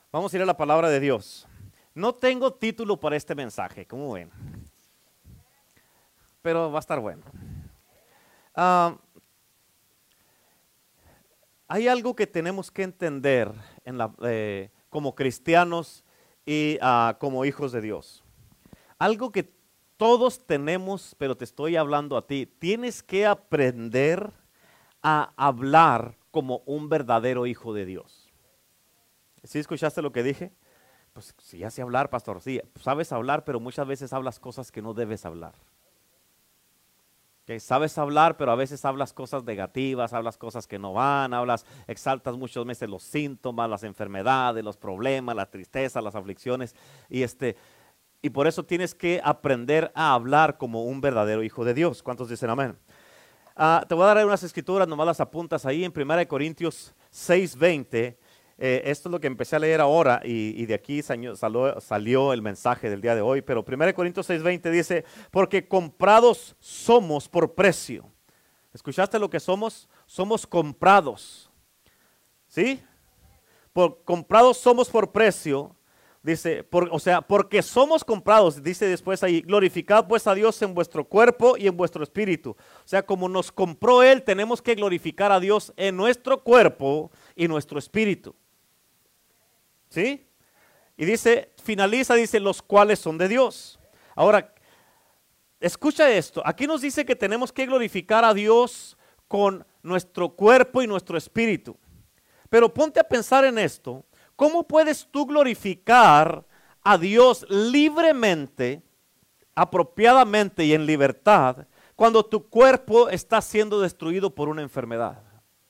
Vamos a ir a la palabra de Dios. No tengo título para este mensaje, ¿cómo ven? Pero va a estar bueno. Hay algo que tenemos que entender como cristianos y como hijos de Dios. Algo que todos tenemos, pero te estoy hablando a ti. Tienes que aprender a hablar como un verdadero hijo de Dios. ¿Sí escuchaste lo que dije? Pues sí, ya sé hablar, pastor. Sí, sabes hablar, pero muchas veces hablas cosas que no debes hablar. ¿Okay? Sabes hablar, pero a veces hablas cosas negativas, hablas cosas que no van, exaltas muchas veces los síntomas, las enfermedades, los problemas, la tristeza, las aflicciones. Y por eso tienes que aprender a hablar como un verdadero hijo de Dios. ¿Cuántos dicen amén? Te voy a dar unas escrituras, nomás las apuntas ahí en 1 Corintios 6:20. Esto es lo que empecé a leer ahora y de aquí salió el mensaje del día de hoy. Pero 1 Corintios 6:20 dice, porque comprados somos por precio. ¿Escuchaste lo que somos? Somos comprados. ¿Sí? Comprados somos por precio. Dice, porque somos comprados, dice después ahí, glorificad pues a Dios en vuestro cuerpo y en vuestro espíritu. O sea, como nos compró Él, tenemos que glorificar a Dios en nuestro cuerpo y nuestro espíritu. ¿Sí? Y finaliza, dice, los cuales son de Dios. Ahora, escucha esto, aquí nos dice que tenemos que glorificar a Dios con nuestro cuerpo y nuestro espíritu. Pero ponte a pensar en esto. ¿Cómo puedes tú glorificar a Dios libremente, apropiadamente y en libertad cuando tu cuerpo está siendo destruido por una enfermedad?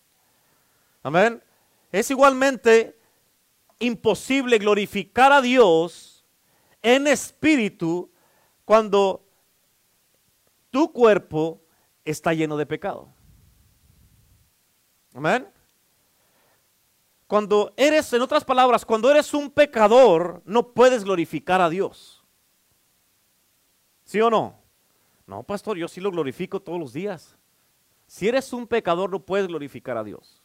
Amén. Es igualmente imposible glorificar a Dios en espíritu cuando tu cuerpo está lleno de pecado. Amén. En otras palabras, cuando eres un pecador, no puedes glorificar a Dios. ¿Sí o no? No, pastor, yo sí lo glorifico todos los días. Si eres un pecador, no puedes glorificar a Dios.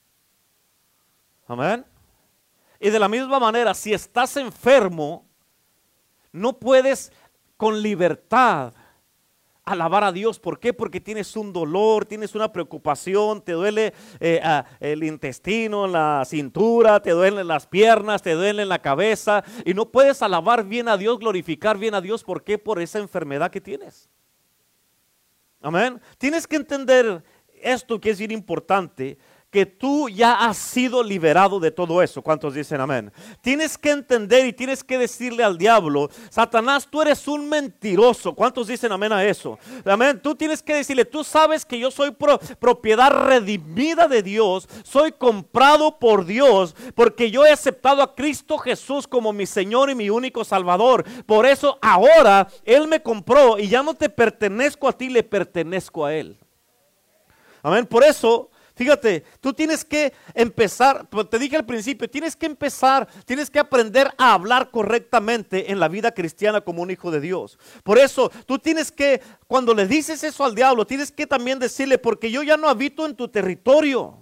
Amén. Y de la misma manera, si estás enfermo, no puedes con libertad alabar a Dios. ¿Por qué? Porque tienes un dolor, tienes una preocupación, te duele el intestino, la cintura, te duelen las piernas, te duele la cabeza y no puedes alabar bien a Dios, glorificar bien a Dios. ¿Por qué? Por esa enfermedad que tienes. Amén. Tienes que entender esto que es bien importante, que tú ya has sido liberado de todo eso. ¿Cuántos dicen amén? Tienes que entender y tienes que decirle al diablo, Satanás, tú eres un mentiroso. ¿Cuántos dicen amén a eso? Amén. Tú tienes que decirle, tú sabes que yo soy propiedad redimida de Dios, soy comprado por Dios, porque yo he aceptado a Cristo Jesús como mi Señor y mi único Salvador. Por eso ahora Él me compró y ya no te pertenezco a ti, le pertenezco a Él. Amén. Por eso, fíjate, tú tienes que empezar, te dije al principio, tienes que aprender a hablar correctamente en la vida cristiana como un hijo de Dios. Por eso, tú tienes que, cuando le dices eso al diablo, tienes que también decirle, porque yo ya no habito en tu territorio.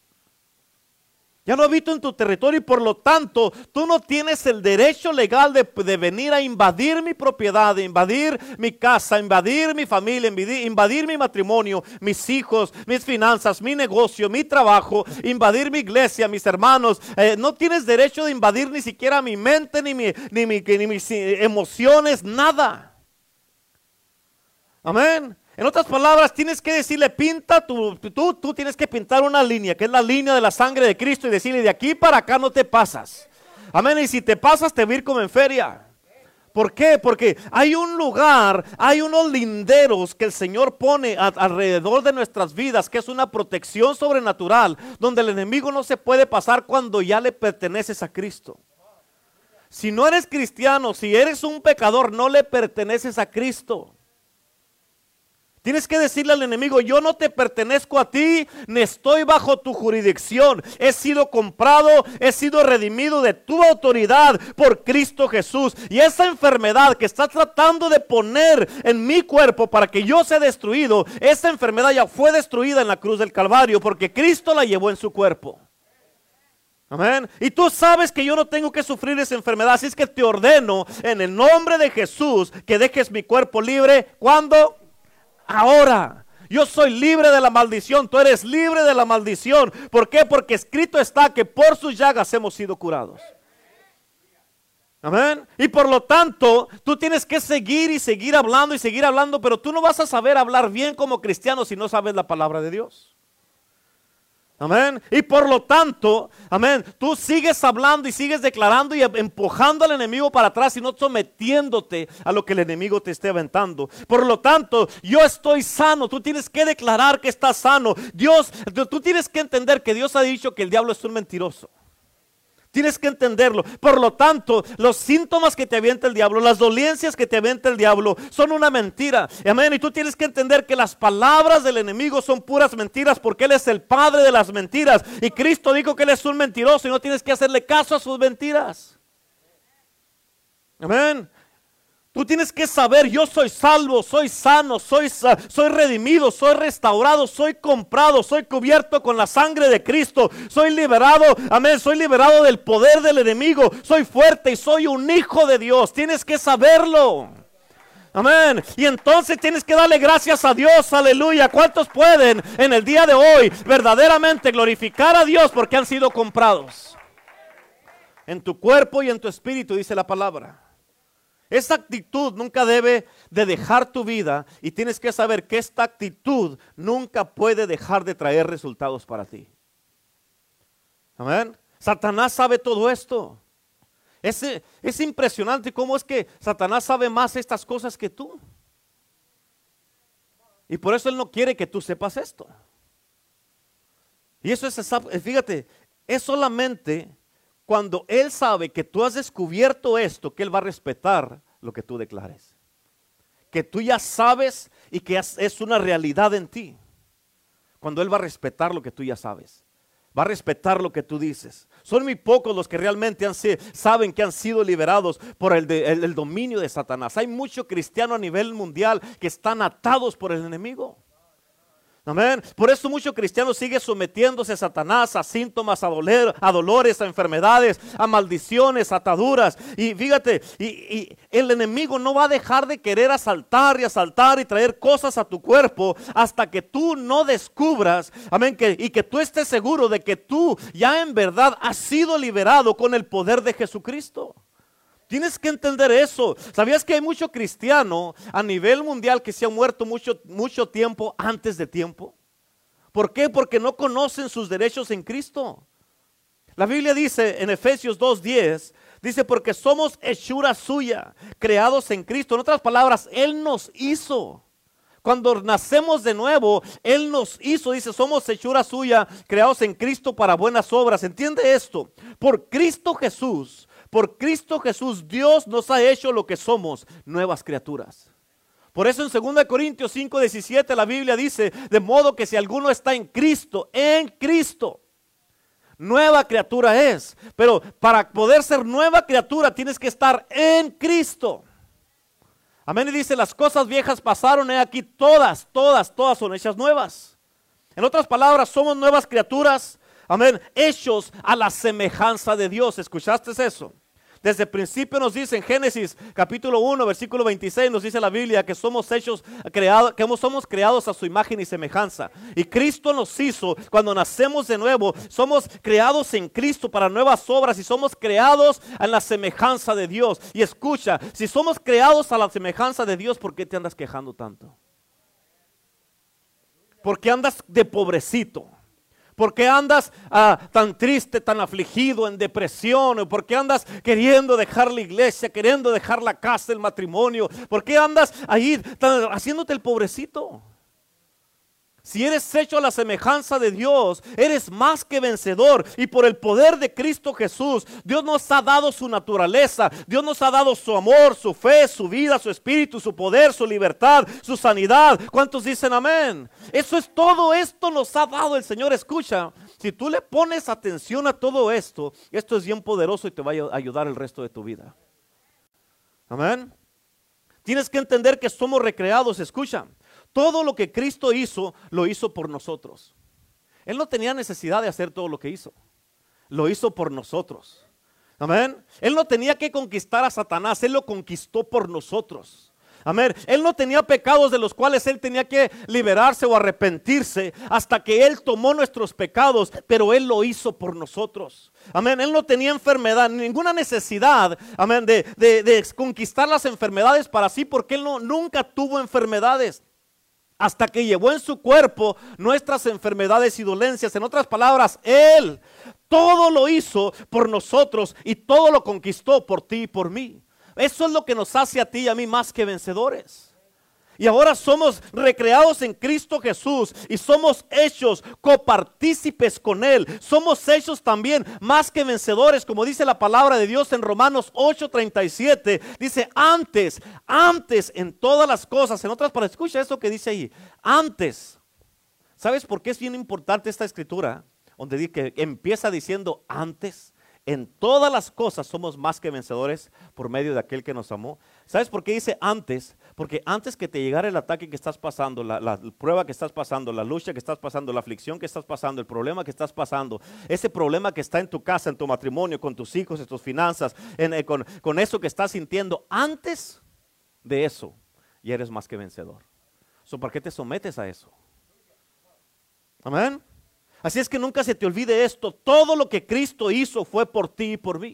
Ya no habito en tu territorio y por lo tanto tú no tienes el derecho legal de venir a invadir mi propiedad, de invadir mi casa, invadir mi familia, invadir mi matrimonio, mis hijos, mis finanzas, mi negocio, mi trabajo, invadir mi iglesia, mis hermanos. No tienes derecho de invadir ni siquiera mi mente, ni mis emociones, nada. Amén. En otras palabras, tienes que decirle, tú tienes que pintar una línea, que es la línea de la sangre de Cristo, y decirle, de aquí para acá no te pasas. Amén, y si te pasas, te voy a ir como en feria. ¿Por qué? Porque hay un lugar, hay unos linderos que el Señor pone alrededor de nuestras vidas, que es una protección sobrenatural, donde el enemigo no se puede pasar cuando ya le perteneces a Cristo. Si no eres cristiano, si eres un pecador, no le perteneces a Cristo. Tienes que decirle al enemigo, yo no te pertenezco a ti, ni estoy bajo tu jurisdicción. He sido comprado, he sido redimido de tu autoridad por Cristo Jesús. Y esa enfermedad que estás tratando de poner en mi cuerpo para que yo sea destruido, esa enfermedad ya fue destruida en la cruz del Calvario porque Cristo la llevó en su cuerpo. Amén. Y tú sabes que yo no tengo que sufrir esa enfermedad. Así es que te ordeno en el nombre de Jesús que dejes mi cuerpo libre. ¿Cuándo? Ahora. Yo soy libre de la maldición. Tú eres libre de la maldición. ¿Por qué? Porque escrito está que por sus llagas hemos sido curados. Amén. Y por lo tanto, tú tienes que seguir y seguir hablando, pero tú no vas a saber hablar bien como cristiano si no sabes la palabra de Dios. Amén. Y por lo tanto, amén, tú sigues hablando y sigues declarando y empujando al enemigo para atrás y no sometiéndote a lo que el enemigo te esté aventando. Por lo tanto, yo estoy sano. Tú tienes que declarar que estás sano. Tú tienes que entender que Dios ha dicho que el diablo es un mentiroso. Tienes que entenderlo. Por lo tanto, los síntomas que te avienta el diablo, las dolencias que te avienta el diablo, son una mentira. Amén. Y tú tienes que entender que las palabras del enemigo son puras mentiras, porque él es el padre de las mentiras. Y Cristo dijo que él es un mentiroso y no tienes que hacerle caso a sus mentiras. Amén. Tú tienes que saber, yo soy salvo, soy sano, soy redimido, soy restaurado, soy comprado, soy cubierto con la sangre de Cristo, soy liberado, amén, soy liberado del poder del enemigo, soy fuerte y soy un hijo de Dios. Tienes que saberlo. Amén. Y entonces tienes que darle gracias a Dios, aleluya. ¿Cuántos pueden en el día de hoy verdaderamente glorificar a Dios porque han sido comprados? En tu cuerpo y en tu espíritu, dice la palabra. Esta actitud nunca debe de dejar tu vida y tienes que saber que esta actitud nunca puede dejar de traer resultados para ti. Amén. Satanás sabe todo esto. Es impresionante cómo es que Satanás sabe más estas cosas que tú. Y por eso él no quiere que tú sepas esto. Y eso es, fíjate, es solamente cuando él sabe que tú has descubierto esto, que él va a respetar lo que tú declares. Que tú ya sabes y que es una realidad en ti. Cuando él va a respetar lo que tú ya sabes. Va a respetar lo que tú dices. Son muy pocos los que realmente saben que han sido liberados por el dominio de Satanás. Hay muchos cristianos a nivel mundial que están atados por el enemigo. Amén. Por eso muchos cristianos siguen sometiéndose a Satanás, a síntomas, a dolores, a enfermedades, a maldiciones, a ataduras. Y fíjate, y el enemigo no va a dejar de querer asaltar y traer cosas a tu cuerpo hasta que tú no descubras, amén, y que tú estés seguro de que tú ya en verdad has sido liberado con el poder de Jesucristo. Tienes que entender eso. ¿Sabías que hay mucho cristiano a nivel mundial que se ha muerto mucho tiempo antes de tiempo? ¿Por qué? Porque no conocen sus derechos en Cristo. La Biblia dice en Efesios 2:10, dice porque somos hechura suya, creados en Cristo. En otras palabras, Él nos hizo. Cuando nacemos de nuevo, Él nos hizo, dice, somos hechura suya, creados en Cristo para buenas obras. ¿Entiende esto? Por Cristo Jesús, Dios nos ha hecho lo que somos, nuevas criaturas. Por eso en 2 Corintios 5:17 la Biblia dice, de modo que si alguno está en Cristo, nueva criatura es. Pero para poder ser nueva criatura tienes que estar en Cristo. Amén. Y dice, las cosas viejas pasaron, he aquí todas son hechas nuevas. En otras palabras, somos nuevas criaturas. Amén, hechos a la semejanza de Dios. ¿Escuchaste eso? Desde el principio nos dice en Génesis capítulo 1 versículo 26 nos dice la Biblia que somos creados a su imagen y semejanza. Y Cristo nos hizo cuando nacemos de nuevo. Somos creados en Cristo para nuevas obras y somos creados a la semejanza de Dios. Y escucha, si somos creados a la semejanza de Dios, ¿por qué te andas quejando tanto? ¿Por qué andas de pobrecito? ¿Por qué andas tan triste, tan afligido, en depresión? ¿Por qué andas queriendo dejar la iglesia, queriendo dejar la casa, el matrimonio? ¿Por qué andas ahí haciéndote el pobrecito? Si eres hecho a la semejanza de Dios, eres más que vencedor. Y por el poder de Cristo Jesús, Dios nos ha dado su naturaleza. Dios nos ha dado su amor, su fe, su vida, su espíritu, su poder, su libertad, su sanidad. ¿Cuántos dicen amén? Eso es todo, esto nos ha dado el Señor. Escucha, si tú le pones atención a todo esto, esto es bien poderoso y te va a ayudar el resto de tu vida. Amén. Tienes que entender que somos recreados. Escucha. Todo lo que Cristo hizo, lo hizo por nosotros. Él no tenía necesidad de hacer todo lo que hizo. lo hizo por nosotros. Amén. Él no tenía que conquistar a Satanás, Él lo conquistó por nosotros. Amén. Él no tenía pecados de los cuales Él tenía que liberarse o arrepentirse hasta que Él tomó nuestros pecados, pero Él lo hizo por nosotros. Amén. Él no tenía enfermedad, ninguna necesidad, amén, de conquistar las enfermedades para sí, porque Él nunca tuvo enfermedades hasta que llevó en su cuerpo nuestras enfermedades y dolencias. En otras palabras, Él todo lo hizo por nosotros y todo lo conquistó por ti y por mí. Eso es lo que nos hace a ti y a mí más que vencedores. Y ahora somos recreados en Cristo Jesús y somos hechos copartícipes con Él. Somos hechos también más que vencedores, como dice la palabra de Dios en Romanos 8:37. Dice antes en todas las cosas. En otras palabras, escucha eso que dice ahí. Antes. ¿Sabes por qué es bien importante esta escritura? Donde dice que empieza diciendo antes. En todas las cosas somos más que vencedores por medio de aquel que nos amó. ¿Sabes por qué dice antes? Porque antes que te llegara el ataque que estás pasando, la prueba que estás pasando, la lucha que estás pasando, la aflicción que estás pasando, el problema que estás pasando, ese problema que está en tu casa, en tu matrimonio, con tus hijos, en tus finanzas, con eso que estás sintiendo, antes de eso ya eres más que vencedor. ¿Por qué te sometes a eso? Amén. Así es que nunca se te olvide esto. Todo lo que Cristo hizo fue por ti y por mí.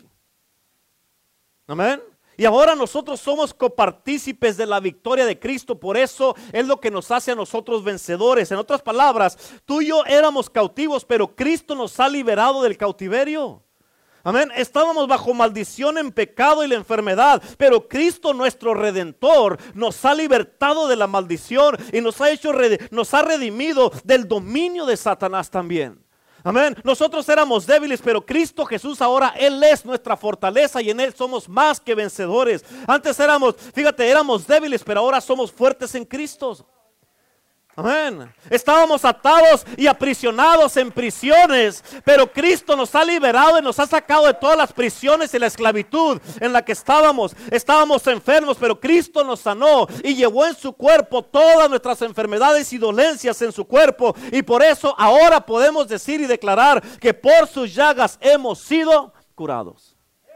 Amén. Y ahora nosotros somos copartícipes de la victoria de Cristo. Por eso es lo que nos hace a nosotros vencedores. En otras palabras, tú y yo éramos cautivos, pero Cristo nos ha liberado del cautiverio. Amén. Estábamos bajo maldición en pecado y la enfermedad, pero Cristo nuestro Redentor nos ha libertado de la maldición y nos ha redimido del dominio de Satanás también. Amén. Nosotros éramos débiles, pero Cristo Jesús ahora Él es nuestra fortaleza y en Él somos más que vencedores. Antes éramos débiles, pero ahora somos fuertes en Cristo. Amén. Estábamos atados y aprisionados en prisiones, pero Cristo nos ha liberado y nos ha sacado de todas las prisiones y la esclavitud en la que estábamos. Estábamos enfermos, pero Cristo nos sanó y llevó en su cuerpo todas nuestras enfermedades y dolencias en su cuerpo. Y por eso ahora podemos decir y declarar que por sus llagas hemos sido curados.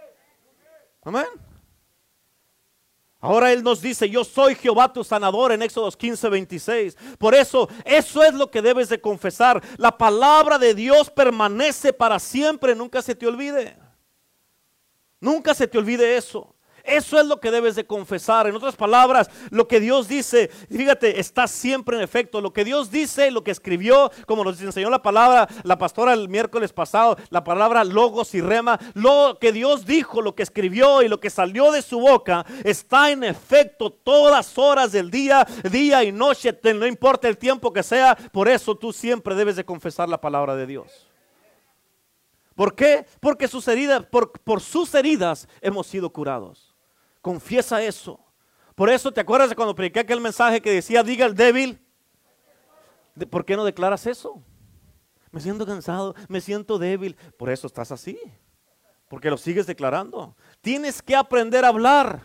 Amén. Ahora Él nos dice, yo soy Jehová tu sanador en Éxodo 15:26. Por eso es lo que debes de confesar. La palabra de Dios permanece para siempre, nunca se te olvide. Nunca se te olvide eso. Eso es lo que debes de confesar. En otras palabras, lo que Dios dice, fíjate, está siempre en efecto. Lo que Dios dice, lo que escribió, como nos enseñó la palabra, la pastora el miércoles pasado, la palabra logos y rema, lo que Dios dijo, lo que escribió y lo que salió de su boca, está en efecto todas horas del día, día y noche, no importa el tiempo que sea. Por eso tú siempre debes de confesar la palabra de Dios. ¿Por qué? Porque por sus heridas hemos sido curados. Confiesa eso. Por eso te acuerdas de cuando prediqué aquel mensaje que decía, diga el débil. ¿Por qué no declaras eso? Me siento cansado, me siento débil. Por eso estás así. Porque lo sigues declarando. Tienes que aprender a hablar.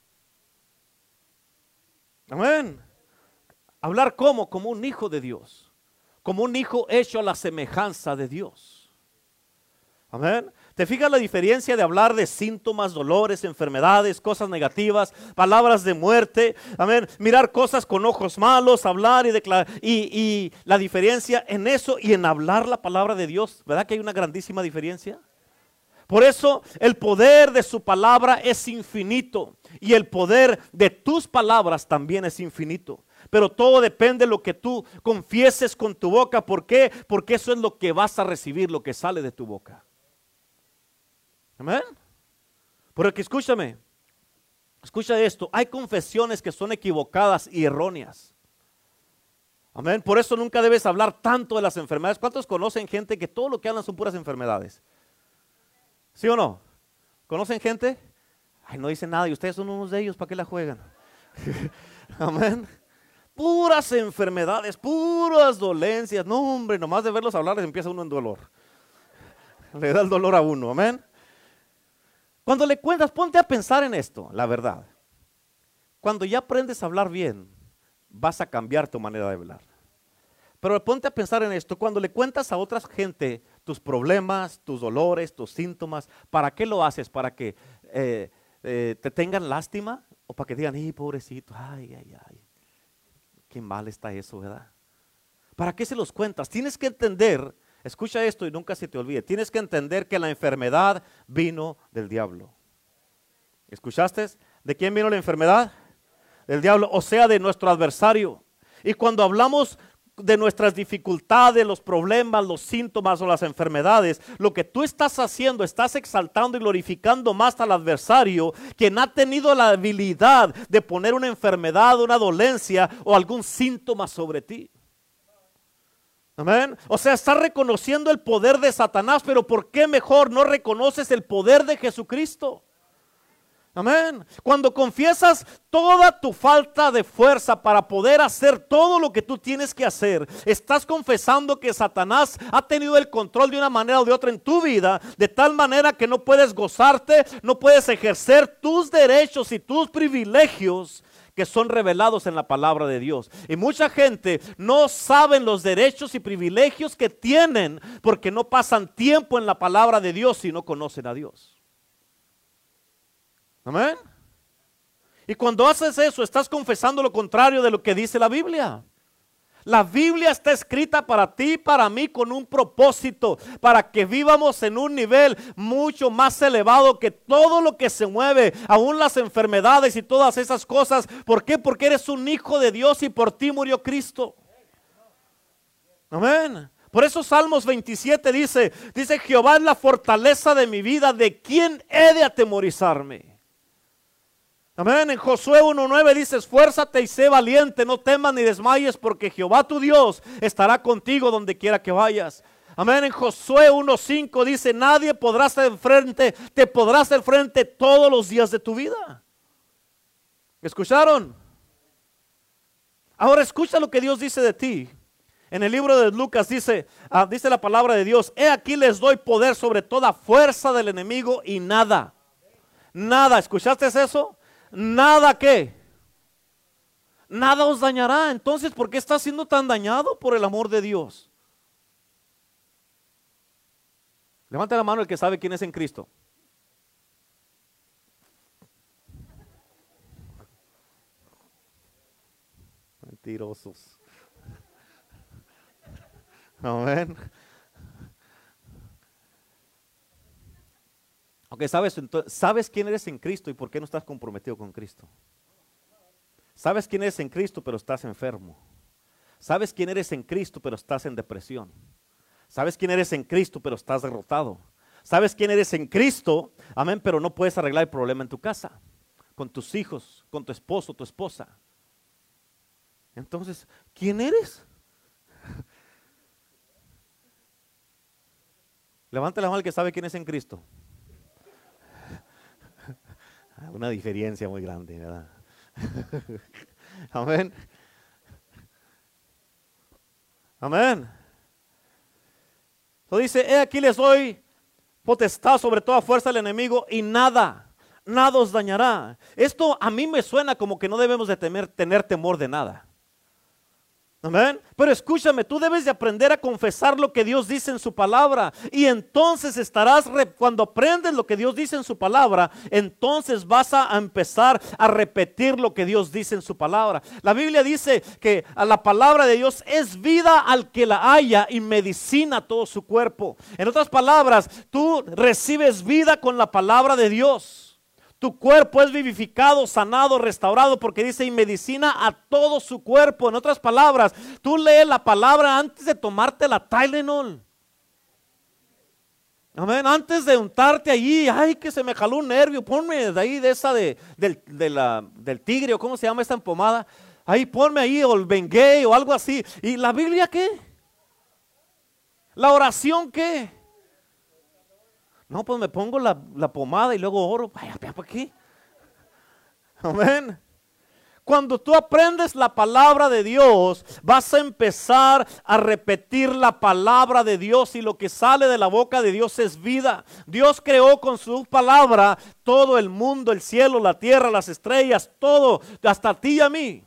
Amén. Hablar ¿cómo? Como un hijo de Dios. Como un hijo hecho a la semejanza de Dios. Amén. ¿Te fijas la diferencia de hablar de síntomas, dolores, enfermedades, cosas negativas, palabras de muerte? Amén. Mirar cosas con ojos malos, hablar y declarar. Y la diferencia en eso y en hablar la palabra de Dios. ¿Verdad que hay una grandísima diferencia? Por eso el poder de su palabra es infinito. Y el poder de tus palabras también es infinito. Pero todo depende de lo que tú confieses con tu boca. ¿Por qué? Porque eso es lo que vas a recibir, lo que sale de tu boca. Amén. Porque escúchame, escucha esto, hay confesiones que son equivocadas y erróneas. Amén. Por eso nunca debes hablar tanto de las enfermedades. ¿Cuántos conocen gente que todo lo que hablan son puras enfermedades? ¿Sí o no? ¿Conocen gente? Ay, no dicen nada y ustedes son unos de ellos, ¿para qué la juegan? Amén. Puras enfermedades, puras dolencias. No, hombre, nomás de verlos hablar les empieza uno en dolor. Le da el dolor a uno, amén. Cuando le cuentas, ponte a pensar en esto, la verdad. Cuando ya aprendes a hablar bien, vas a cambiar tu manera de hablar. Pero ponte a pensar en esto, cuando le cuentas a otra gente tus problemas, tus dolores, tus síntomas. ¿Para qué lo haces? ¿Para que te tengan lástima? ¿O para que digan, pobrecito, ay, qué mal está eso, ¿verdad? ¿Para qué se los cuentas? Tienes que entender, escucha esto y nunca se te olvide, tienes que entender que la enfermedad vino del diablo. ¿Escuchaste? ¿De quién vino la enfermedad? Del diablo, o sea, de nuestro adversario. Y cuando hablamos de nuestras dificultades, los problemas, los síntomas o las enfermedades, lo que tú estás haciendo, estás exaltando y glorificando más al adversario, quien ha tenido la habilidad de poner una enfermedad, una dolencia o algún síntoma sobre ti. Amén. O sea, estás reconociendo el poder de Satanás, pero ¿por qué mejor no reconoces el poder de Jesucristo? Amén. Cuando confiesas toda tu falta de fuerza para poder hacer todo lo que tú tienes que hacer, estás confesando que Satanás ha tenido el control de una manera o de otra en tu vida, de tal manera que no puedes gozarte, no puedes ejercer tus derechos y tus privilegios que son revelados en la palabra de Dios. Y mucha gente no saben los derechos y privilegios que tienen porque no pasan tiempo en la palabra de Dios y no conocen a Dios. Amén. Y cuando haces eso, estás confesando lo contrario de lo que dice la Biblia. La Biblia está escrita para ti y para mí con un propósito, para que vivamos en un nivel mucho más elevado que todo lo que se mueve, aún las enfermedades y todas esas cosas. ¿Por qué? Porque eres un hijo de Dios y por ti murió Cristo. Amén. Por eso Salmos 27 dice, Jehová es la fortaleza de mi vida, ¿de quién he de atemorizarme? Amén. En Josué 1:9 dice, esfuérzate y sé valiente, no temas ni desmayes, porque Jehová tu Dios estará contigo donde quiera que vayas. Amén. En Josué 1:5 dice, nadie podrá hacer frente, te podrá hacer frente todos los días de tu vida. ¿Escucharon? Ahora escucha lo que Dios dice de ti. En el libro de Lucas dice la palabra de Dios, he aquí les doy poder sobre toda fuerza del enemigo y nada, ¿escuchaste eso? Nada que, nada os dañará. Entonces, ¿por qué estás siendo tan dañado por el amor de Dios? Levanta la mano el que sabe quién es en Cristo. Mentirosos. Amén. Ok, ¿sabes quién eres en Cristo y por qué no estás comprometido con Cristo? ¿Sabes quién eres en Cristo pero estás enfermo? ¿Sabes quién eres en Cristo pero estás en depresión? ¿Sabes quién eres en Cristo pero estás derrotado? ¿Sabes quién eres en Cristo? Amén, pero no puedes arreglar el problema en tu casa, con tus hijos, con tu esposo, tu esposa. Entonces, ¿quién eres? Levanta la mano el que sabe quién es en Cristo. Una diferencia muy grande, ¿verdad? Amén. Amén. Lo dice, he aquí les doy potestad sobre toda fuerza del enemigo y nada os dañará. Esto a mí me suena como que no debemos de tener temor de nada. Amén. Pero escúchame, tú debes de aprender a confesar lo que Dios dice en su palabra. Y entonces cuando aprendes lo que Dios dice en su palabra, entonces vas a empezar a repetir lo que Dios dice en su palabra. La Biblia dice que a la palabra de Dios es vida al que la haya y medicina a todo su cuerpo. En otras palabras, tú recibes vida con la palabra de Dios. Tu cuerpo es vivificado, sanado, restaurado, porque dice y medicina a todo su cuerpo. En otras palabras, tú lees la palabra antes de tomarte la Tylenol. Amén. Antes de untarte allí, ay, que se me jaló un nervio, ponme de ahí de esa del tigre, o cómo se llama esta pomada. Ahí ponme ahí, o el Bengay, o algo así. ¿Y la Biblia qué? ¿La oración qué? No, pues me pongo la pomada y luego oro. Vaya, ¿para qué? Amén. Cuando tú aprendes la palabra de Dios, vas a empezar a repetir la palabra de Dios y lo que sale de la boca de Dios es vida. Dios creó con su palabra todo el mundo, el cielo, la tierra, las estrellas, todo, hasta a ti y a mí.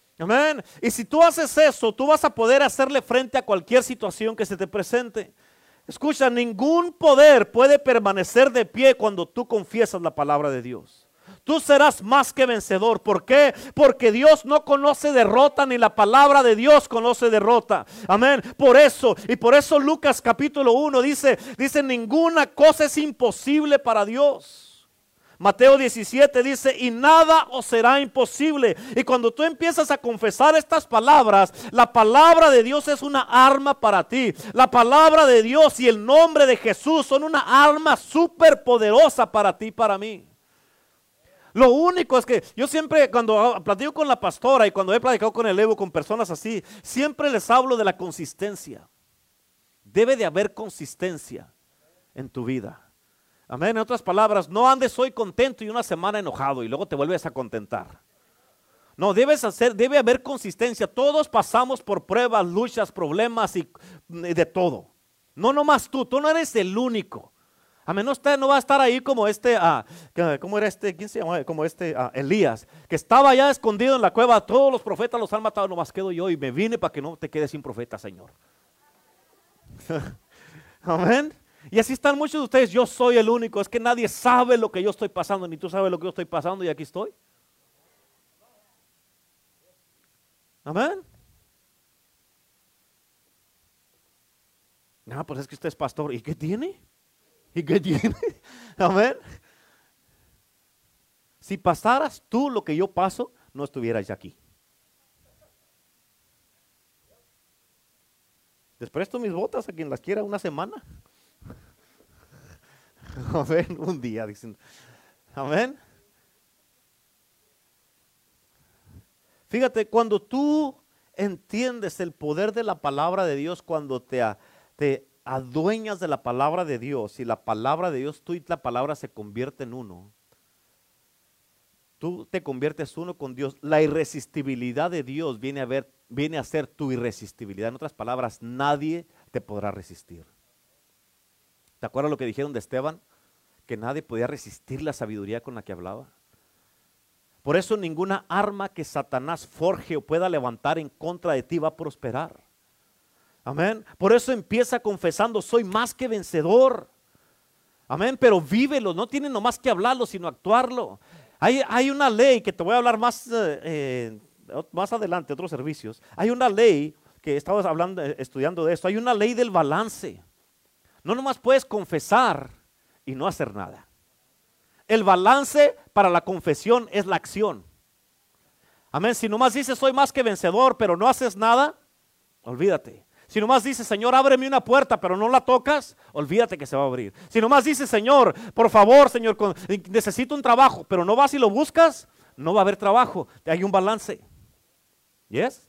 Amén. Y si tú haces eso, tú vas a poder hacerle frente a cualquier situación que se te presente. Escucha, ningún poder puede permanecer de pie cuando tú confiesas la palabra de Dios. Tú serás más que vencedor. ¿Por qué? Porque Dios no conoce derrota, ni la palabra de Dios conoce derrota. Amén. Por eso Lucas capítulo 1 dice, ninguna cosa es imposible para Dios. Mateo 17 dice, y nada os será imposible. Y cuando tú empiezas a confesar estas palabras, la palabra de Dios es una arma para ti. La palabra de Dios y el nombre de Jesús son una arma súper poderosa para ti y para mí. Lo único es que yo siempre, cuando platico con la pastora y cuando he platicado con el Evo, con personas así, siempre les hablo de la consistencia. Debe de haber consistencia en tu vida. Amén. En otras palabras, no andes hoy contento y una semana enojado y luego te vuelves a contentar. No, debe haber consistencia. Todos pasamos por pruebas, luchas, problemas y de todo. No nomás tú no eres el único. Amén, no va a estar ahí como ¿cómo era este? ¿Quién se llama? Como Elías, que estaba allá escondido en la cueva. Todos los profetas los han matado, nomás quedo yo y me vine para que no te quedes sin profeta, Señor. Amén. Y así están muchos de ustedes. Yo soy el único. Es que nadie sabe lo que yo estoy pasando, ni tú sabes lo que yo estoy pasando y aquí estoy. Amén. Pues es que usted es pastor. ¿Y qué tiene? ¿Y qué tiene? Amén. Si pasaras tú lo que yo paso, no estuvieras ya aquí. Les presto mis botas a quien las quiera una semana. Amén, un día, dicen. Amén. Fíjate, cuando tú entiendes el poder de la palabra de Dios, cuando te adueñas de la palabra de Dios y la palabra de Dios, tú y la palabra se convierte en uno. Tú te conviertes uno con Dios. La irresistibilidad de Dios viene a ser tu irresistibilidad. En otras palabras, nadie te podrá resistir. ¿Te acuerdas lo que dijeron de Esteban? Que nadie podía resistir la sabiduría con la que hablaba. Por eso ninguna arma que Satanás forje o pueda levantar en contra de ti va a prosperar. Amén. Por eso empieza confesando, soy más que vencedor. Amén. Pero vívelo, no tienes nomás que hablarlo, sino actuarlo. Hay una ley que te voy a hablar más adelante, otros servicios. Hay una ley que estabas estudiando de esto. Hay una ley del balance. No nomás puedes confesar y no hacer nada. El balance para la confesión es la acción. Amén. Si nomás dices soy más que vencedor, pero no haces nada, olvídate. Si nomás dices, Señor, ábreme una puerta, pero no la tocas, olvídate que se va a abrir. Si nomás dices, Señor, por favor, Señor, necesito un trabajo, pero no vas y lo buscas, no va a haber trabajo. Hay un balance. ¿Yes?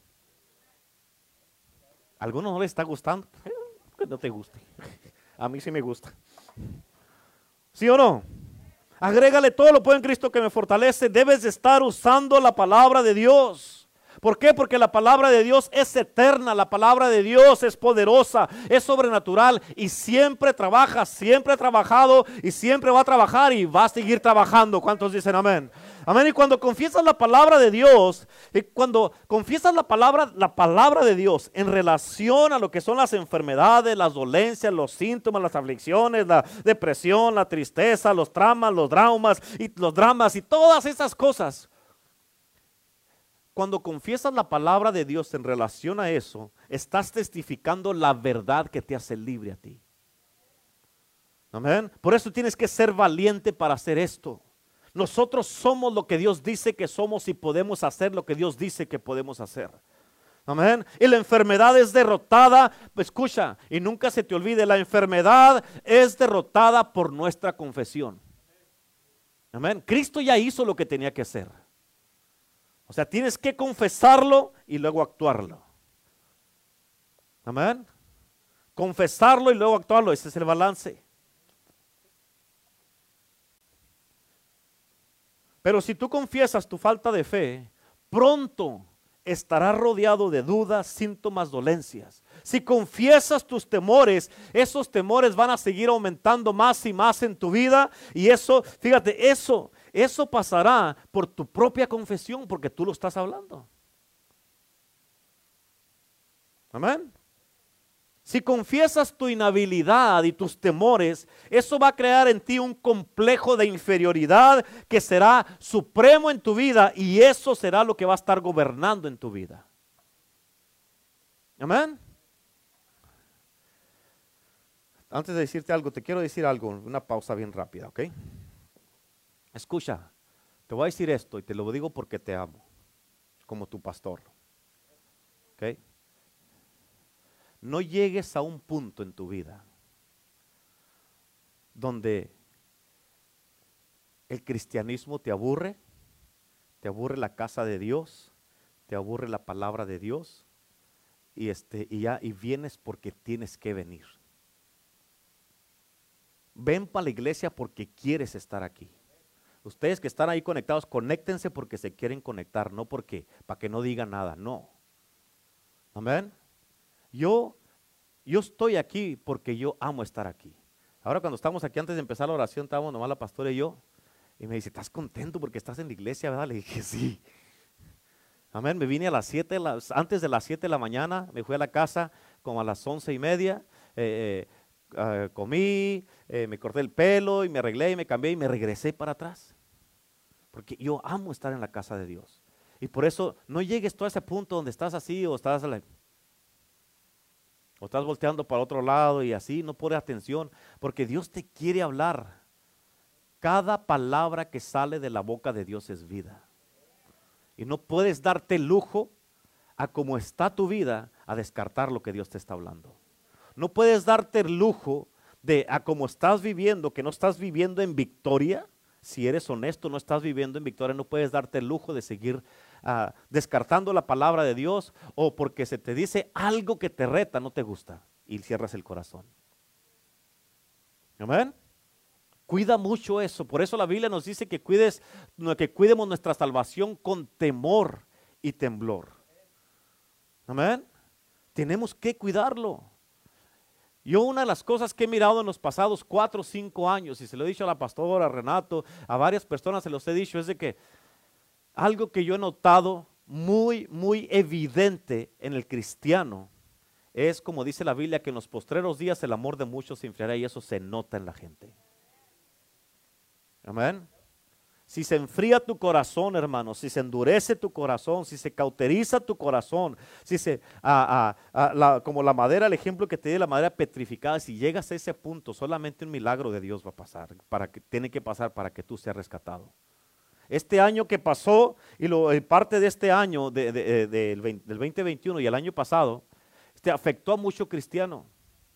¿A alguno no le está gustando? Que no te guste. A mí sí me gusta. ¿Sí o no? Agrégale todo lo puedo en Cristo que me fortalece. Debes de estar usando la palabra de Dios. ¿Por qué? Porque la palabra de Dios es eterna, la palabra de Dios es poderosa, es sobrenatural y siempre trabaja, siempre ha trabajado y siempre va a trabajar y va a seguir trabajando. ¿Cuántos dicen amén? Amén. Y cuando confiesas la palabra de Dios, cuando confiesas la palabra de Dios en relación a lo que son las enfermedades, las dolencias, los síntomas, las aflicciones, la depresión, la tristeza, los traumas y todas esas cosas. Cuando confiesas la palabra de Dios en relación a eso, estás testificando la verdad que te hace libre a ti. Amén. Por eso tienes que ser valiente para hacer esto. Nosotros somos lo que Dios dice que somos y podemos hacer lo que Dios dice que podemos hacer. Amén. Y la enfermedad es derrotada, escucha, y nunca se te olvide, la enfermedad es derrotada por nuestra confesión. Amén. Cristo ya hizo lo que tenía que hacer. O sea, tienes que confesarlo y luego actuarlo. Amén. Confesarlo y luego actuarlo, ese es el balance. Pero si tú confiesas tu falta de fe, pronto estarás rodeado de dudas, síntomas, dolencias. Si confiesas tus temores, esos temores van a seguir aumentando más y más en tu vida. Y eso, fíjate, eso pasará por tu propia confesión, porque tú lo estás hablando. Amén. Si confiesas tu inhabilidad y tus temores, eso va a crear en ti un complejo de inferioridad que será supremo en tu vida y eso será lo que va a estar gobernando en tu vida. Amén. Antes de decirte algo, te quiero decir algo, una pausa bien rápida, ¿ok? Escucha, te voy a decir esto y te lo digo porque te amo, como tu pastor, ¿ok? No llegues a un punto en tu vida donde el cristianismo te aburre la casa de Dios, te aburre la palabra de Dios y vienes porque tienes que venir. Ven para la iglesia porque quieres estar aquí. Ustedes que están ahí conectados, conéctense porque se quieren conectar, no porque, para que no digan nada, no. Amén. Yo estoy aquí porque yo amo estar aquí. Ahora cuando estamos aquí, antes de empezar la oración, estábamos nomás la pastora y yo, y me dice, ¿estás contento porque estás en la iglesia, verdad? Le dije, sí. Amén, me vine a las 7, antes de las 7 de la mañana, me fui a la casa como a las 11:30, comí, me corté el pelo y me arreglé y me cambié y me regresé para atrás. Porque yo amo estar en la casa de Dios. Y por eso no llegues tú a ese punto donde estás así o estás volteando para otro lado y así, no pones atención, porque Dios te quiere hablar. Cada palabra que sale de la boca de Dios es vida. Y no puedes darte el lujo a cómo está tu vida a descartar lo que Dios te está hablando. No puedes darte el lujo de a cómo estás viviendo, que no estás viviendo en victoria. Si eres honesto, no estás viviendo en victoria, no puedes darte el lujo de seguir descartando la palabra de Dios o porque se te dice algo que te reta, no te gusta y cierras el corazón. Amén. Cuida mucho eso. Por eso la Biblia nos dice que cuidemos nuestra salvación con temor y temblor. Amén. Tenemos que cuidarlo. Yo una de las cosas que he mirado en los pasados 4 o 5 años, y se lo he dicho a la pastora, a Renato, a varias personas se los he dicho, es de que algo que yo he notado muy, muy evidente en el cristiano es, como dice la Biblia, que en los postreros días el amor de muchos se enfriará y eso se nota en la gente. Amén. Si se enfría tu corazón, hermano, si se endurece tu corazón, si se cauteriza tu corazón, si como la madera, el ejemplo que te di, la madera petrificada, si llegas a ese punto, solamente un milagro de Dios va a pasar, tiene que pasar para que tú seas rescatado. Este año que pasó y parte de este año, del 2021 y el año pasado, afectó a mucho cristiano,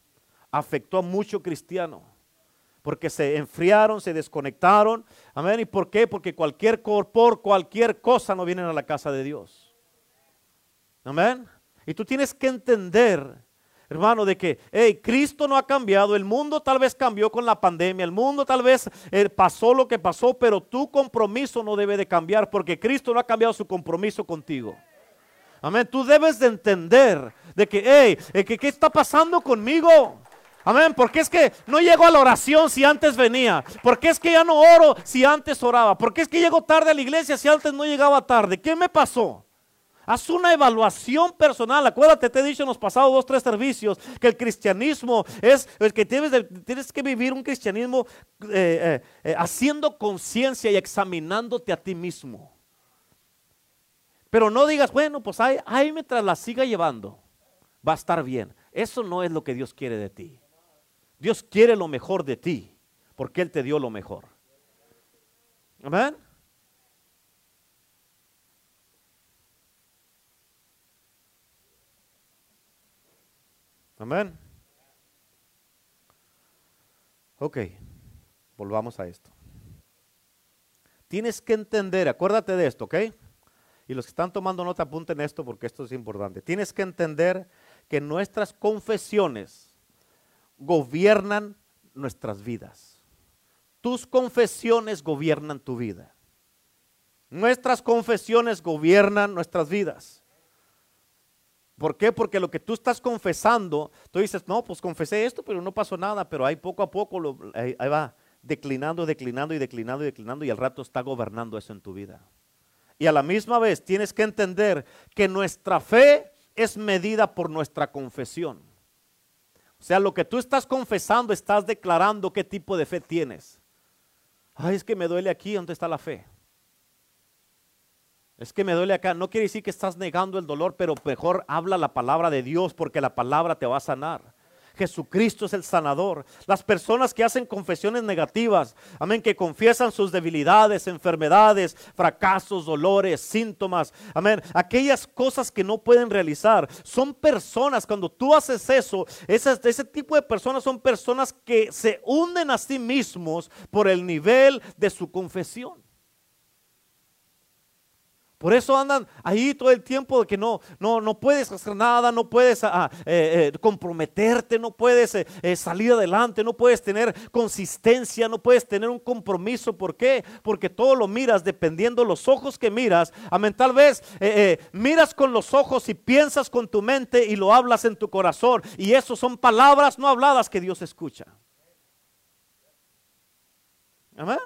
porque se enfriaron, se desconectaron. Amén. ¿Y por qué? Porque por cualquier cosa no vienen a la casa de Dios. Amén. Y tú tienes que entender, hermano, de que Cristo no ha cambiado. El mundo tal vez cambió con la pandemia. El mundo tal vez pasó lo que pasó, pero tu compromiso no debe de cambiar porque Cristo no ha cambiado su compromiso contigo. Amén. Tú debes de entender de que, ¿qué está pasando conmigo? Amén, porque es que no llego a la oración si antes venía, porque es que ya no oro si antes oraba, porque es que llego tarde a la iglesia si antes no llegaba tarde. ¿Qué me pasó? Haz una evaluación personal. Acuérdate, te he dicho en los pasados 2 o 3 servicios que el cristianismo es el que tienes que vivir un cristianismo haciendo conciencia y examinándote a ti mismo. Pero no digas, bueno, pues ahí mientras la siga llevando va a estar bien. Eso no es lo que Dios quiere de ti. Dios quiere lo mejor de ti, porque Él te dio lo mejor. Amén. Amén. Ok, volvamos a esto. Tienes que entender, acuérdate de esto, ¿ok? Y los que están tomando nota, apunten esto porque esto es importante. Tienes que entender que nuestras confesiones gobiernan nuestras vidas. Tus confesiones gobiernan tu vida. Nuestras confesiones gobiernan nuestras vidas. ¿Por qué? Porque lo que tú estás confesando, tú dices, no, pues confesé esto, pero no pasó nada, pero ahí poco a poco ahí va declinando y al rato está gobernando eso en tu vida. Y a la misma vez tienes que entender que nuestra fe es medida por nuestra confesión. O sea, lo que tú estás confesando, estás declarando qué tipo de fe tienes. Ay, es que me duele aquí, ¿dónde está la fe? Es que me duele acá. No quiere decir que estás negando el dolor, pero mejor habla la palabra de Dios, porque la palabra te va a sanar. Jesucristo es el sanador. Las personas que hacen confesiones negativas, amén, que confiesan sus debilidades, enfermedades, fracasos, dolores, síntomas, amén, aquellas cosas que no pueden realizar, son personas, cuando tú haces eso, ese tipo de personas son personas que se hunden a sí mismos por el nivel de su confesión. Por eso andan ahí todo el tiempo de que no puedes hacer nada, no puedes comprometerte, no puedes salir adelante, no puedes tener consistencia, no puedes tener un compromiso. ¿Por qué? Porque todo lo miras dependiendo los ojos que miras. Amén. Tal vez miras con los ojos y piensas con tu mente y lo hablas en tu corazón. Y eso son palabras no habladas que Dios escucha. Amén.